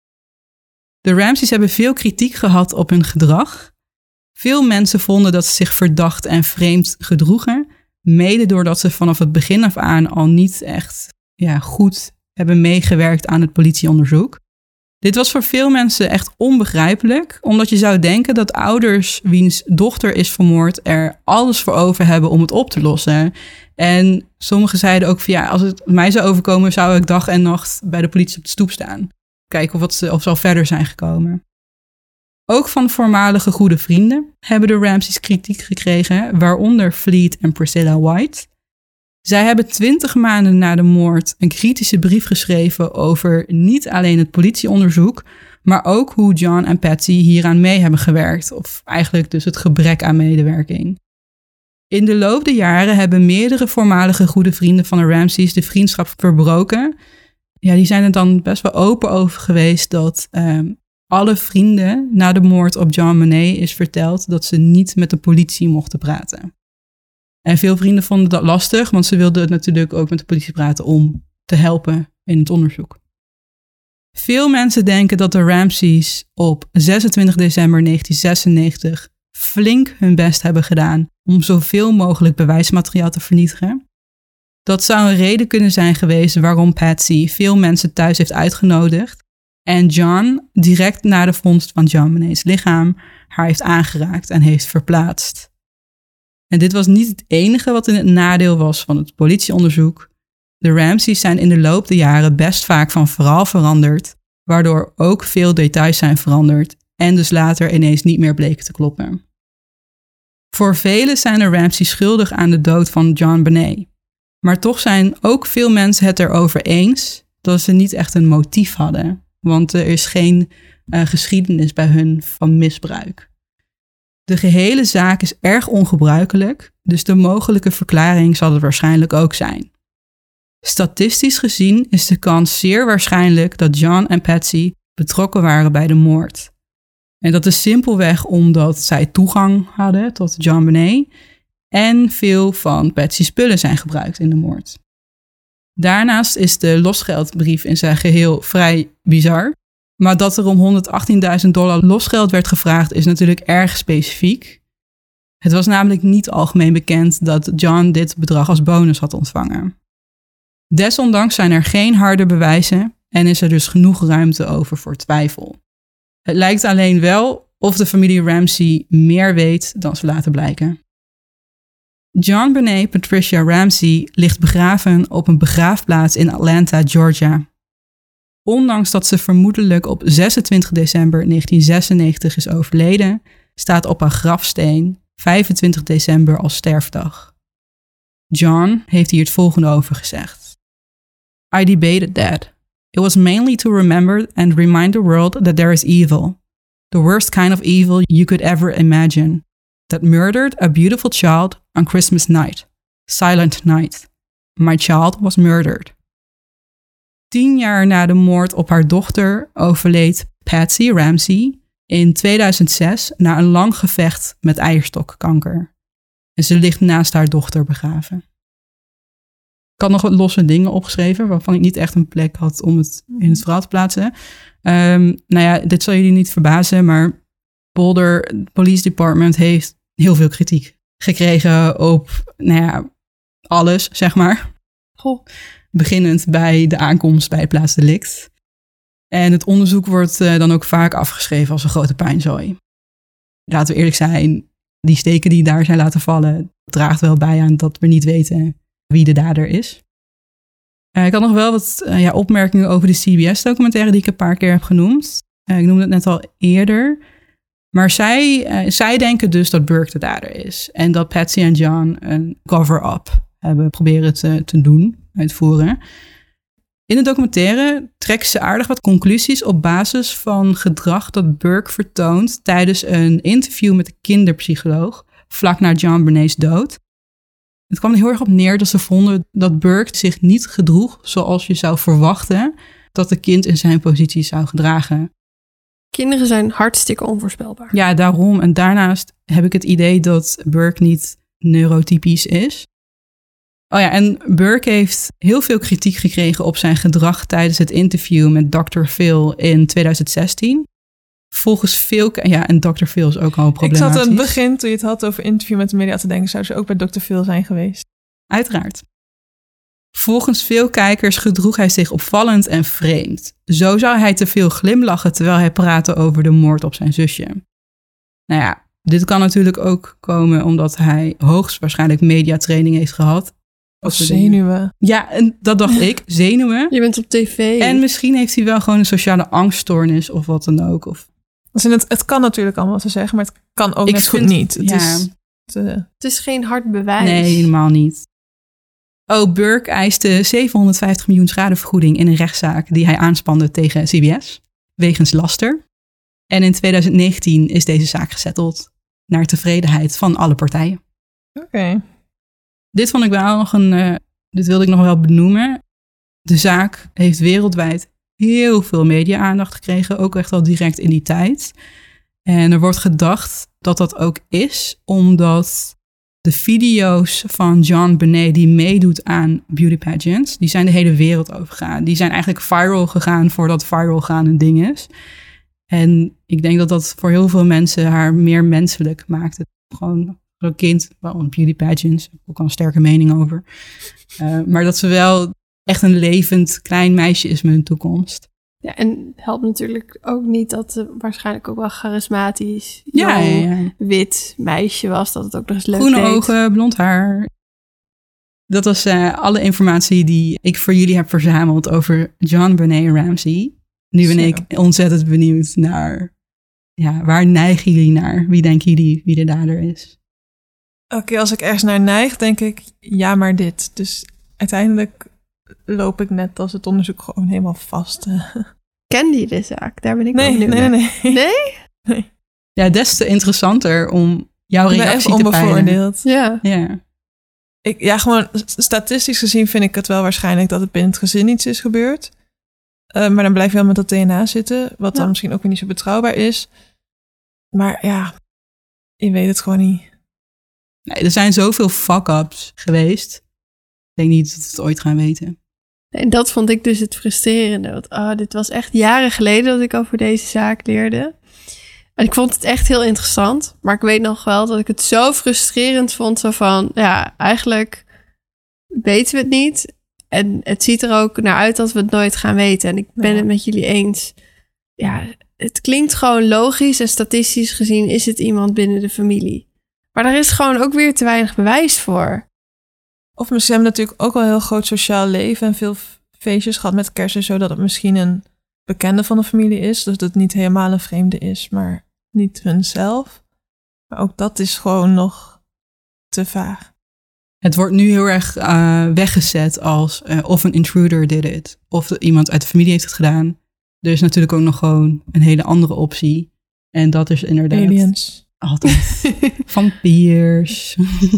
De Ramseys hebben veel kritiek gehad op hun gedrag. Veel mensen vonden dat ze zich verdacht en vreemd gedroegen. Mede doordat ze vanaf het begin af aan al niet echt ja, goed hebben meegewerkt aan het politieonderzoek. Dit was voor veel mensen echt onbegrijpelijk, omdat je zou denken dat ouders wiens dochter is vermoord er alles voor over hebben om het op te lossen. En sommigen zeiden ook van ja, als het mij zou overkomen, zou ik dag en nacht bij de politie op de stoep staan. Kijken of, wat ze, of ze al verder zijn gekomen. Ook van voormalige goede vrienden hebben de Ramseys kritiek gekregen, waaronder Fleet en Priscilla White. Zij hebben twintig maanden na de moord een kritische brief geschreven over niet alleen het politieonderzoek, maar ook hoe John en Patsy hieraan mee hebben gewerkt, of eigenlijk dus het gebrek aan medewerking. In de loop der jaren hebben meerdere voormalige goede vrienden van de Ramseys de vriendschap verbroken. Ja, die zijn er dan best wel open over geweest dat um, alle vrienden na de moord op JonBenét is verteld dat ze niet met de politie mochten praten. En veel vrienden vonden dat lastig, want ze wilden natuurlijk ook met de politie praten om te helpen in het onderzoek. Veel mensen denken dat de Ramseys op zesentwintig december negentien zesennegentig flink hun best hebben gedaan om zoveel mogelijk bewijsmateriaal te vernietigen. Dat zou een reden kunnen zijn geweest waarom Patsy veel mensen thuis heeft uitgenodigd en John direct na de vondst van JonBenét's lichaam haar heeft aangeraakt en heeft verplaatst. En dit was niet het enige wat in het nadeel was van het politieonderzoek. De Ramseys zijn in de loop der jaren best vaak van verhaal veranderd, waardoor ook veel details zijn veranderd en dus later ineens niet meer bleken te kloppen. Voor velen zijn de Ramseys schuldig aan de dood van JonBenét. Maar toch zijn ook veel mensen het erover eens dat ze niet echt een motief hadden. Want er is geen uh, geschiedenis bij hun van misbruik. De gehele zaak is erg ongebruikelijk, dus de mogelijke verklaring zal het waarschijnlijk ook zijn. Statistisch gezien is de kans zeer waarschijnlijk dat John en Patsy betrokken waren bij de moord. En dat is simpelweg omdat zij toegang hadden tot John Benet en veel van Patsy's spullen zijn gebruikt in de moord. Daarnaast is de losgeldbrief in zijn geheel vrij bizar. Maar dat er om honderdachtienduizend dollar losgeld werd gevraagd is natuurlijk erg specifiek. Het was namelijk niet algemeen bekend dat John dit bedrag als bonus had ontvangen. Desondanks zijn er geen harde bewijzen en is er dus genoeg ruimte over voor twijfel. Het lijkt alleen wel of de familie Ramsey meer weet dan ze laten blijken. John Benet Patricia Ramsey ligt begraven op een begraafplaats in Atlanta, Georgia. Ondanks dat ze vermoedelijk op zesentwintig december negentien zesennegentig is overleden, staat op haar grafsteen vijfentwintig december als sterfdag. John heeft hier het volgende over gezegd. I debated that. It was mainly to remember and remind the world that there is evil. The worst kind of evil you could ever imagine. That murdered a beautiful child on Christmas night. Silent night. My child was murdered. Tien jaar na de moord op haar dochter overleed Patsy Ramsey in tweeduizend zes na een lang gevecht met eierstokkanker. En ze ligt naast haar dochter begraven. Ik had nog wat losse dingen opgeschreven waarvan ik niet echt een plek had om het in het verhaal te plaatsen. Um, nou ja, dit zal jullie niet verbazen, maar Boulder Police Department heeft heel veel kritiek gekregen op, nou ja, alles, zeg maar. Goh. Beginnend bij de aankomst bij het plaatsdelict. En het onderzoek wordt uh, dan ook vaak afgeschreven als een grote puinzooi. Laten we eerlijk zijn, die steken die daar zijn laten vallen draagt wel bij aan dat we niet weten wie de dader is. Uh, ik had nog wel wat uh, ja, opmerkingen over de C B S-documentaire die ik een paar keer heb genoemd. Uh, ik noemde het net al eerder. Maar zij, uh, zij denken dus dat Burke de dader is. En dat Patsy en John een cover-up hebben proberen te, te doen, uitvoeren. In de documentaire trekken ze aardig wat conclusies op basis van gedrag dat Burke vertoont tijdens een interview met de kinderpsycholoog vlak na John Benet's dood. Het kwam er heel erg op neer dat ze vonden dat Burke zich niet gedroeg zoals je zou verwachten dat een kind in zijn positie zou gedragen. Kinderen zijn hartstikke onvoorspelbaar. Ja, daarom. En daarnaast heb ik het idee dat Burke niet neurotypisch is. Oh ja, en Burke heeft heel veel kritiek gekregen op zijn gedrag tijdens het interview met dokter Phil in tweeduizend zestien. Volgens veel... Ja, en dokter Phil is ook al problematisch. Ik zat aan het begin, toen je het had over interview met de media, te denken, zou ze ook bij dokter Phil zijn geweest? Uiteraard. Volgens veel kijkers gedroeg hij zich opvallend en vreemd. Zo zou hij te veel glimlachen terwijl hij praatte over de moord op zijn zusje. Nou ja, dit kan natuurlijk ook komen omdat hij hoogstwaarschijnlijk mediatraining heeft gehad. Of zenuwen. Ja, en dat dacht ik. Zenuwen. Je bent op tv. En misschien heeft hij wel gewoon een sociale angststoornis of wat dan ook. Of... Dus het, het kan natuurlijk allemaal te zeggen, maar het kan ook ik net vind, goed niet. Het, ja. is te... het is geen hard bewijs. Nee, helemaal niet. Oh, Burke eiste zevenhonderdvijftig miljoen schadevergoeding in een rechtszaak die hij aanspande tegen C B S, wegens laster. En in tweeduizend negentien is deze zaak gesetteld naar tevredenheid van alle partijen. Oké. Okay. Dit vond ik wel nog een, uh, dit wilde ik nog wel benoemen. De zaak heeft wereldwijd heel veel media-aandacht gekregen, ook echt al direct in die tijd. En er wordt gedacht dat dat ook is omdat de video's van John Benet die meedoet aan beauty pageants, die zijn de hele wereld overgegaan. Die zijn eigenlijk viral gegaan voordat viral gaan een ding is. En ik denk dat dat voor heel veel mensen haar meer menselijk maakte. Gewoon een kind, wel een beauty pageants, heb ik ook al een sterke mening over. Uh, maar dat ze wel echt een levend klein meisje is met een toekomst. Ja, en het helpt natuurlijk ook niet dat ze waarschijnlijk ook wel charismatisch, ja, jong, ja, ja. wit meisje was. Dat het ook nog eens leuk Groene deed. ogen, blond haar. Dat was uh, alle informatie die ik voor jullie heb verzameld over John Benet Ramsey. Nu ben Zo. ik ontzettend benieuwd naar, ja, waar neigen jullie naar? Wie denken jullie wie de dader is? Oké, okay, als ik ergens naar neig, denk ik, ja, maar dit. Dus uiteindelijk loop ik net als het onderzoek gewoon helemaal vast. Kende je de zaak? Daar ben ik Nee, wel benieuwd nee, naar. nee. Nee? nee. Ja, des te interessanter om jouw Ik ben reactie echt te peilen. onbevooroordeeld. Ja. Ja. Ik, ja, gewoon statistisch gezien vind ik het wel waarschijnlijk dat het binnen het gezin iets is gebeurd. Uh, maar dan blijf je wel met dat D N A zitten, wat Ja. dan misschien ook weer niet zo betrouwbaar is. Maar ja, je weet het gewoon niet. Nee, er zijn zoveel fuck-ups geweest. Ik denk niet dat we het ooit gaan weten. En dat vond ik dus het frustrerende. Want oh, dit was echt jaren geleden dat ik over deze zaak leerde. En ik vond het echt heel interessant. Maar ik weet nog wel dat ik het zo frustrerend vond. Zo van, ja, eigenlijk weten we het niet. En het ziet er ook naar uit dat we het nooit gaan weten. En ik ben Ja. het met jullie eens. Ja, het klinkt gewoon logisch. En statistisch gezien is het iemand binnen de familie. Maar daar is gewoon ook weer te weinig bewijs voor. Of misschien hebben natuurlijk ook wel een heel groot sociaal leven en veel feestjes gehad met kerst en zo, dat het misschien een bekende van de familie is. Dus dat het niet helemaal een vreemde is, maar niet hunzelf. Maar ook dat is gewoon nog te vaag. Het wordt nu heel erg uh, weggezet als uh, of een intruder did it. Of iemand uit de familie heeft het gedaan. Er is natuurlijk ook nog gewoon een hele andere optie. En dat is inderdaad... Aliens. Altijd. Vampiers.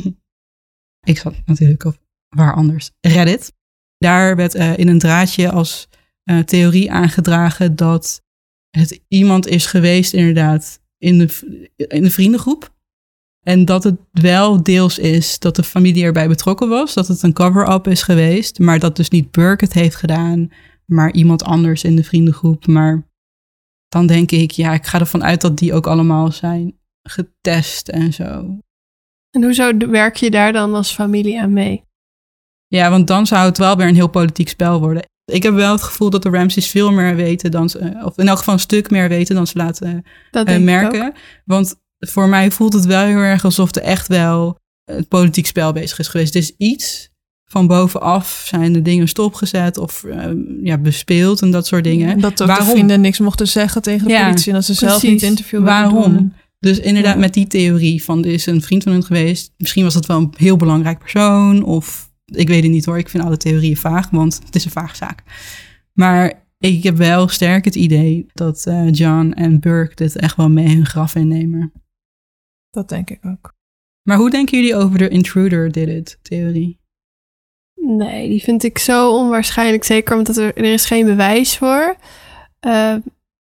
Ik zat natuurlijk op waar anders. Reddit. Daar werd uh, in een draadje als uh, theorie aangedragen dat het iemand is geweest inderdaad in de, in de vriendengroep. En dat het wel deels is dat de familie erbij betrokken was. Dat het een cover-up is geweest. Maar dat dus niet Burke het heeft gedaan. Maar iemand anders in de vriendengroep. Maar dan denk ik, ja, ik ga ervan uit dat die ook allemaal zijn getest en zo. En hoezo werk je daar dan als familie aan mee? Ja, want dan zou het wel weer een heel politiek spel worden. Ik heb wel het gevoel dat de Ramseys veel meer weten dan ze, of in elk geval een stuk meer weten dan ze laten Dat uh, denk ik merken. ook. Want voor mij voelt het wel heel erg alsof er echt wel het politiek spel bezig is geweest. Dus iets van bovenaf zijn de dingen stopgezet of uh, ja, bespeeld en dat soort dingen. En dat ook Waarom? de vrienden niks mochten zeggen tegen de Ja, politie en dat ze zelf precies. niet interview wilden Waarom? doen. Dus inderdaad Ja. met die theorie van er is een vriend van hun geweest. Misschien was het wel een heel belangrijk persoon of ik weet het niet hoor. Ik vind alle theorieën vaag, want het is een vaag zaak. Maar ik heb wel sterk het idee dat uh, John en Burke dit echt wel mee hun graf innemen. Dat denk ik ook. Maar hoe denken jullie over de intruder did it theorie? Nee, die vind ik zo onwaarschijnlijk. Zeker omdat er, er is geen bewijs voor. Uh,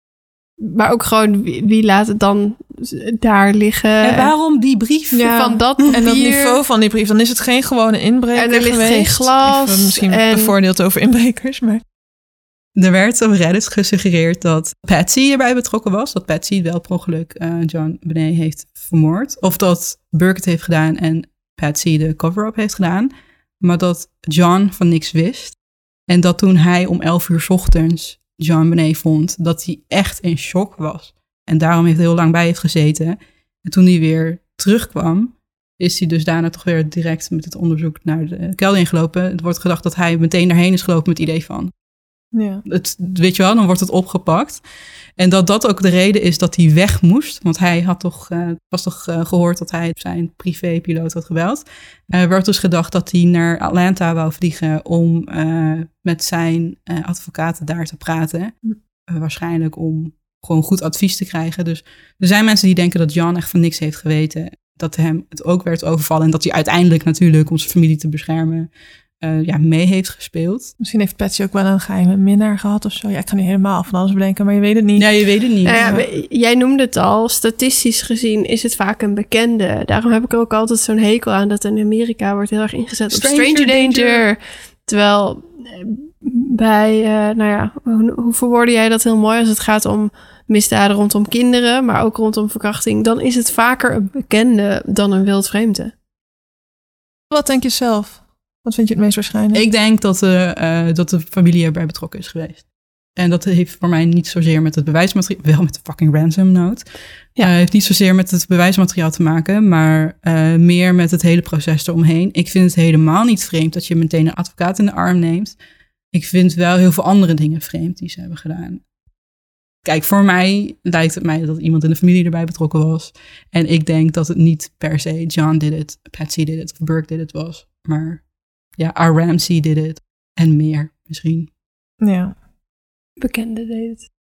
maar ook gewoon, wie, wie laat het dan daar liggen? En waarom die brief? Ja, van dat En dat papier. niveau van die brief, dan is het geen gewone inbreker En er ligt geweest. geen glas. Even misschien en... bevoordeeld over inbrekers, maar... Er werd op Reddit gesuggereerd dat Patsy erbij betrokken was. Dat Patsy wel per ongeluk uh, John Benet heeft vermoord. Of dat Burke het heeft gedaan en Patsy de cover-up heeft gedaan. Maar dat John van niks wist. En dat toen hij om elf uur 's ochtends John Benet vond, dat hij echt in shock was. En daarom heeft hij heel lang bij heeft gezeten. En toen hij weer terugkwam, is hij dus daarna toch weer direct met het onderzoek naar de kelder ingelopen. Het wordt gedacht dat hij meteen daarheen is gelopen met het idee van... Ja. Het, weet je wel, dan wordt het opgepakt. En dat dat ook de reden is dat hij weg moest. Want hij had toch, uh, was toch uh, gehoord dat hij zijn privépiloot had gebeld. Er uh, werd dus gedacht dat hij naar Atlanta wou vliegen om uh, met zijn uh, advocaten daar te praten. Uh, waarschijnlijk om gewoon goed advies te krijgen. Dus er zijn mensen die denken dat John echt van niks heeft geweten. Dat hem het ook werd overvallen. En dat hij uiteindelijk natuurlijk om zijn familie te beschermen... Uh, ja, mee heeft gespeeld. Misschien heeft Patsy ook wel een geheime minnaar gehad of zo. Ja, ik kan nu helemaal van alles bedenken, maar je weet het niet. Ja, je weet het niet. Nou ja, ja. Jij noemde het al, statistisch gezien is het vaak een bekende. Daarom heb ik er ook altijd zo'n hekel aan dat in Amerika wordt heel erg ingezet op stranger, stranger danger. danger. Terwijl bij, uh, nou ja, hoe, hoe verwoordde jij dat heel mooi als het gaat om misdaden rondom kinderen, maar ook rondom verkrachting, dan is het vaker een bekende dan een wildvreemde. Wat denk je zelf? Wat vind je het meest waarschijnlijk? Ik denk dat de, uh, dat de familie erbij betrokken is geweest. En dat heeft voor mij niet zozeer met het bewijsmateriaal... Wel met de fucking ransom note. Ja. Uh, heeft niet zozeer met het bewijsmateriaal te maken... maar uh, meer met het hele proces eromheen. Ik vind het helemaal niet vreemd dat je meteen een advocaat in de arm neemt. Ik vind wel heel veel andere dingen vreemd die ze hebben gedaan. Kijk, voor mij lijkt het mij dat iemand in de familie erbij betrokken was. En ik denk dat het niet per se John did it, Patsy did it of Burke did it was. Maar... Ja, R. Ramsey did it. En meer, misschien. Ja. Bekende deed het.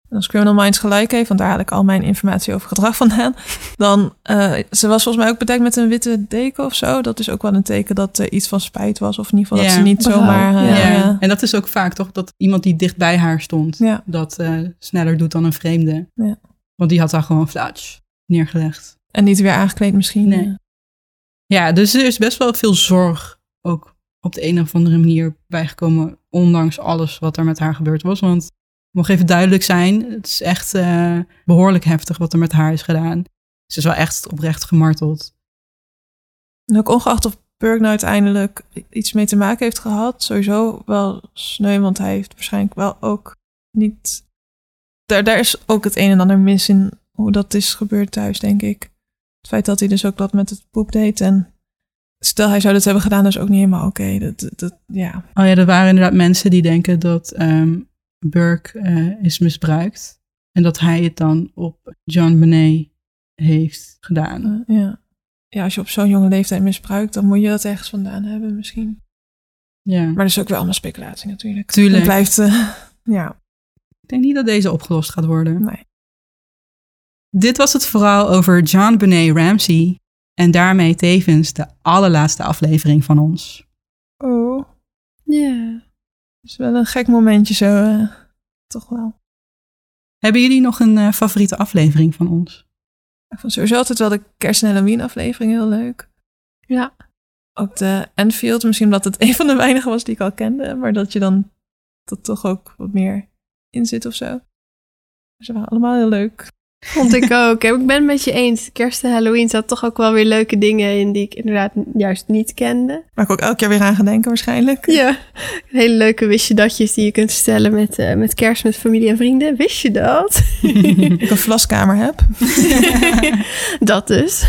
En als Criminal Minds gelijk heeft, want daar haal ik al mijn informatie over gedrag vandaan, dan, uh, ze was volgens mij ook bedekt met een witte deken of zo. Dat is ook wel een teken dat er iets van spijt was, of in ieder geval ja. dat ze niet zomaar... Uh, ja. ja. En dat is ook vaak toch, dat iemand die dicht bij haar stond, ja. dat uh, sneller doet dan een vreemde. Ja. Want die had daar gewoon flatsch neergelegd. En niet weer aangekleed misschien. Nee. Ja, dus er is best wel veel zorg ook op de een of andere manier bijgekomen, ondanks alles wat er met haar gebeurd was. Want het mag even duidelijk zijn, het is echt uh, behoorlijk heftig wat er met haar is gedaan. Ze is wel echt oprecht gemarteld. En ook ongeacht of Burke nou uiteindelijk iets mee te maken heeft gehad, sowieso wel sneu, want hij heeft waarschijnlijk wel ook niet... Daar, daar is ook het een en ander mis in hoe dat is gebeurd thuis, denk ik. Het feit dat hij dus ook dat met het poep deed en stel hij zou dat hebben gedaan, dat is ook niet helemaal oké. Okay. Dat, dat, dat, ja. Oh ja, er waren inderdaad mensen die denken dat um, Burke uh, is misbruikt en dat hij het dan op JonBenét heeft gedaan. Uh, ja. ja, als je op zo'n jonge leeftijd misbruikt, dan moet je dat ergens vandaan hebben misschien. Ja. Maar dat is ook wel allemaal speculatie natuurlijk. Tuurlijk. Het blijft, uh, ja. Ik denk niet dat deze opgelost gaat worden. Nee. Dit was het verhaal over JonBenét Ramsey en daarmee tevens de allerlaatste aflevering van ons. Oh. Ja. Yeah. Dat is wel een gek momentje zo, uh, toch wel. Hebben jullie nog een uh, favoriete aflevering van ons? Ik vond sowieso altijd wel de Kerst- en Halloween aflevering heel leuk. Ja. Ook de Enfield, misschien omdat het een van de weinigen was die ik al kende, maar dat je dan dat toch ook wat meer in zit of zo. Ze waren allemaal heel leuk. Vond ik ook. Ik ben het met je eens. Kerst en Halloween zat toch ook wel weer leuke dingen in die ik inderdaad juist niet kende. Waar ik ook elk jaar weer aan ga denken waarschijnlijk. Ja, hele leuke wist je datjes die je kunt stellen met, uh, met kerst met familie en vrienden. Wist je dat? Ik een vlaskamer heb. Dat dus.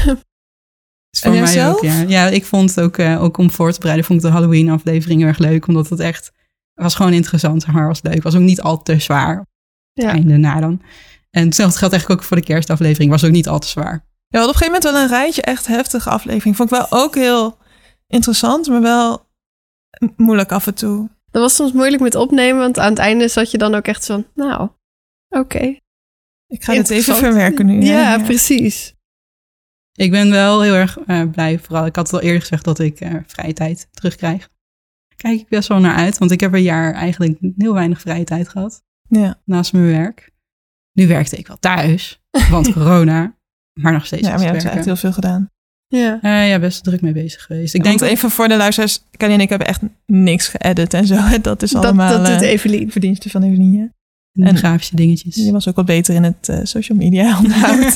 Is voor mij zelf? Ook, ja. Ja, ik vond het ook, uh, ook om voor te bereiden, vond ik de Halloween aflevering heel erg leuk. Omdat het echt, was gewoon interessant, maar was leuk. Was ook niet al te zwaar. Het ja. einde na dan. En hetzelfde geldt eigenlijk ook voor de kerstaflevering. Was ook niet al te zwaar. Ja, we hadden op een gegeven moment wel een rijtje echt heftige aflevering. Vond ik wel ook heel interessant, maar wel moeilijk af en toe. Dat was soms moeilijk met opnemen, want aan het einde zat je dan ook echt van, nou, oké. Okay. Ik ga dit even verwerken nu. Ja, ja, ja, precies. Ik ben wel heel erg uh, blij. Vooral, ik had al eerder gezegd dat ik uh, vrije tijd terugkrijg. Kijk ik best wel naar uit, want ik heb een jaar eigenlijk heel weinig vrije tijd gehad. Ja. Naast mijn werk. Nu werkte ik wel thuis, want corona, maar nog steeds. Ja, maar je hebt echt heel veel gedaan. Ja, uh, ja, best druk mee bezig geweest. Ik ja, denk even voor de luisteraars, Kelly en ik hebben echt niks geëdit en zo. Dat is allemaal dat, dat doet Evelien. Verdienste van Evelien. Ja. En, en grafische dingetjes. Je was ook wat beter in het uh, social media onderhoud.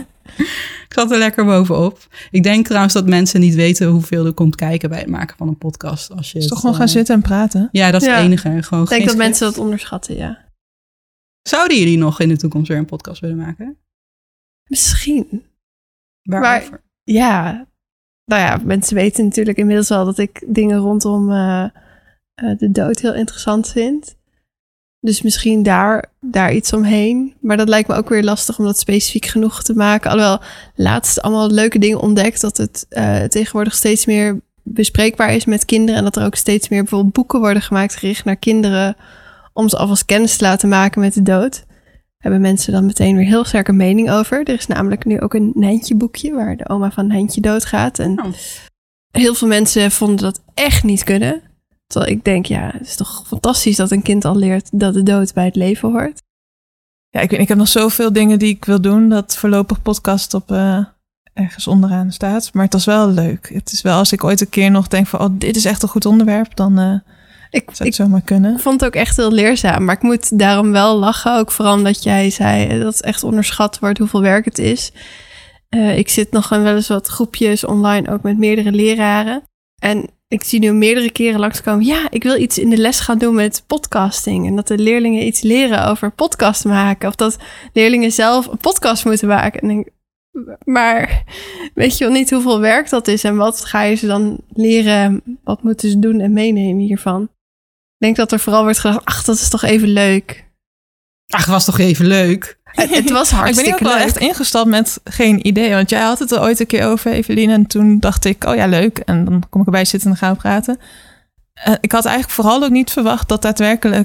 Ik zat er lekker bovenop. Ik denk trouwens dat mensen niet weten hoeveel er komt kijken bij het maken van een podcast. Als je dus het, toch gewoon uh, gaan zitten en praten? Ja, dat is ja. het enige. Gewoon ik denk dat mensen dat onderschatten, ja. Zouden jullie nog in de toekomst weer een podcast willen maken? Misschien. Waarover? Maar, ja, nou ja, mensen weten natuurlijk inmiddels wel dat ik dingen rondom uh, uh, de dood heel interessant vind. Dus misschien daar, daar iets omheen. Maar dat lijkt me ook weer lastig om dat specifiek genoeg te maken. Alhoewel laatst allemaal leuke dingen ontdekt. Dat het uh, tegenwoordig steeds meer bespreekbaar is met kinderen. En dat er ook steeds meer bijvoorbeeld boeken worden gemaakt gericht naar kinderen. Om ze alvast kennis te laten maken met de dood. Hebben mensen dan meteen weer heel sterk een mening over. Er is namelijk nu ook een Nijntje boekje waar de oma van Nijntje doodgaat. En oh. heel veel mensen vonden dat echt niet kunnen. Terwijl ik denk, ja, het is toch fantastisch dat een kind al leert dat de dood bij het leven hoort. Ja, ik weet, ik heb nog zoveel dingen die ik wil doen, dat voorlopig podcast op uh, ergens onderaan staat. Maar het was wel leuk. Het is wel, als ik ooit een keer nog denk van, oh, dit is echt een goed onderwerp, dan uh, ik, zou het ik zomaar kunnen. Ik vond het ook echt heel leerzaam, maar ik moet daarom wel lachen. Ook vooral omdat jij zei dat het echt onderschat wordt hoeveel werk het is. Uh, ik zit nog wel eens wat groepjes online, ook met meerdere leraren. En ik zie nu meerdere keren langskomen. Ja, ik wil iets in de les gaan doen met podcasting. En dat de leerlingen iets leren over podcast maken. Of dat leerlingen zelf een podcast moeten maken. En denk, maar weet je wel niet hoeveel werk dat is? En wat ga je ze dan leren? Wat moeten ze doen en meenemen hiervan? Ik denk dat er vooral wordt gedacht, ach, dat is toch even leuk. Ach, was toch even leuk. Het was hartstikke Ik ben ook wel leuk. echt ingestapt met geen idee. Want jij had het er ooit een keer over, Evelien. En toen dacht ik, oh ja, leuk. En dan kom ik erbij zitten en gaan we praten. Uh, ik had eigenlijk vooral ook niet verwacht dat daadwerkelijk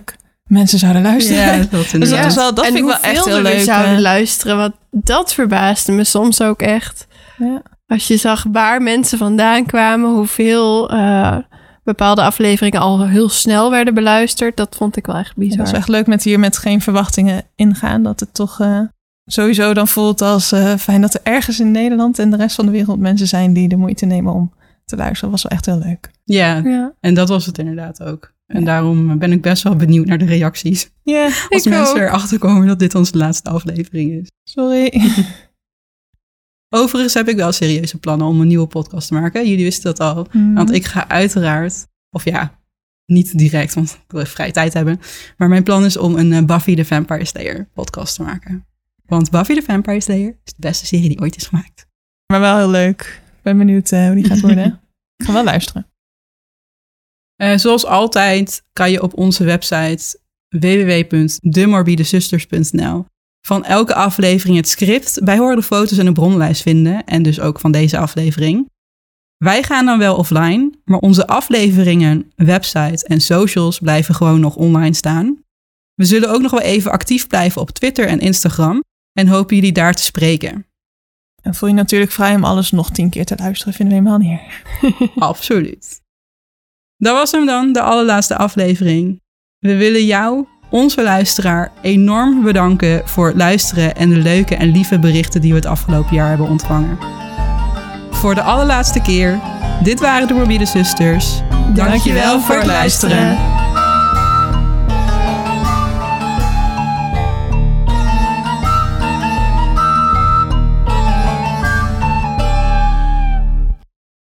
mensen zouden luisteren. Ja, dat, dus dat, is wel, dat en vind ik wel echt heel leuk. zouden uh, luisteren, want dat verbaasde me soms ook echt. Ja. Als je zag waar mensen vandaan kwamen, hoeveel uh, bepaalde afleveringen al heel snel werden beluisterd, dat vond ik wel echt bizar. Ja, dat is echt leuk met hier met geen verwachtingen ingaan, dat het toch uh, sowieso dan voelt als uh, fijn dat er ergens in Nederland en de rest van de wereld mensen zijn die de moeite nemen om te luisteren. Dat was wel echt heel leuk. Ja, ja. En dat was het inderdaad ook. En ja. daarom ben ik best wel benieuwd naar de reacties. Ja, als ik mensen ook. erachter komen dat dit onze laatste aflevering is. Sorry. Overigens heb ik wel serieuze plannen om een nieuwe podcast te maken. Jullie wisten dat al. Mm. Want ik ga uiteraard, of ja, niet direct, want ik wil even vrije tijd hebben. Maar mijn plan is om een Buffy the Vampire Slayer podcast te maken. Want Buffy the Vampire Slayer is de beste serie die ooit is gemaakt. Maar wel heel leuk. Ik ben benieuwd uh, hoe die gaat worden. Ik ga wel luisteren. Uh, zoals altijd kan je op onze website w w w punt de morbide zusters punt n l van elke aflevering het script, bijhorende foto's en een bronnenlijst vinden. En dus ook van deze aflevering. Wij gaan dan wel offline, maar onze afleveringen, website en socials blijven gewoon nog online staan. We zullen ook nog wel even actief blijven op Twitter en Instagram en hopen jullie daar te spreken. En voel je natuurlijk vrij om alles nog tien keer te luisteren, vinden we helemaal niet erg. Absoluut. Dat was hem dan, de allerlaatste aflevering. We willen jou, onze luisteraar, enorm bedanken voor het luisteren en de leuke en lieve berichten die we het afgelopen jaar hebben ontvangen. Voor de allerlaatste keer, dit waren de Morbide Zusters. Dankjewel voor het luisteren.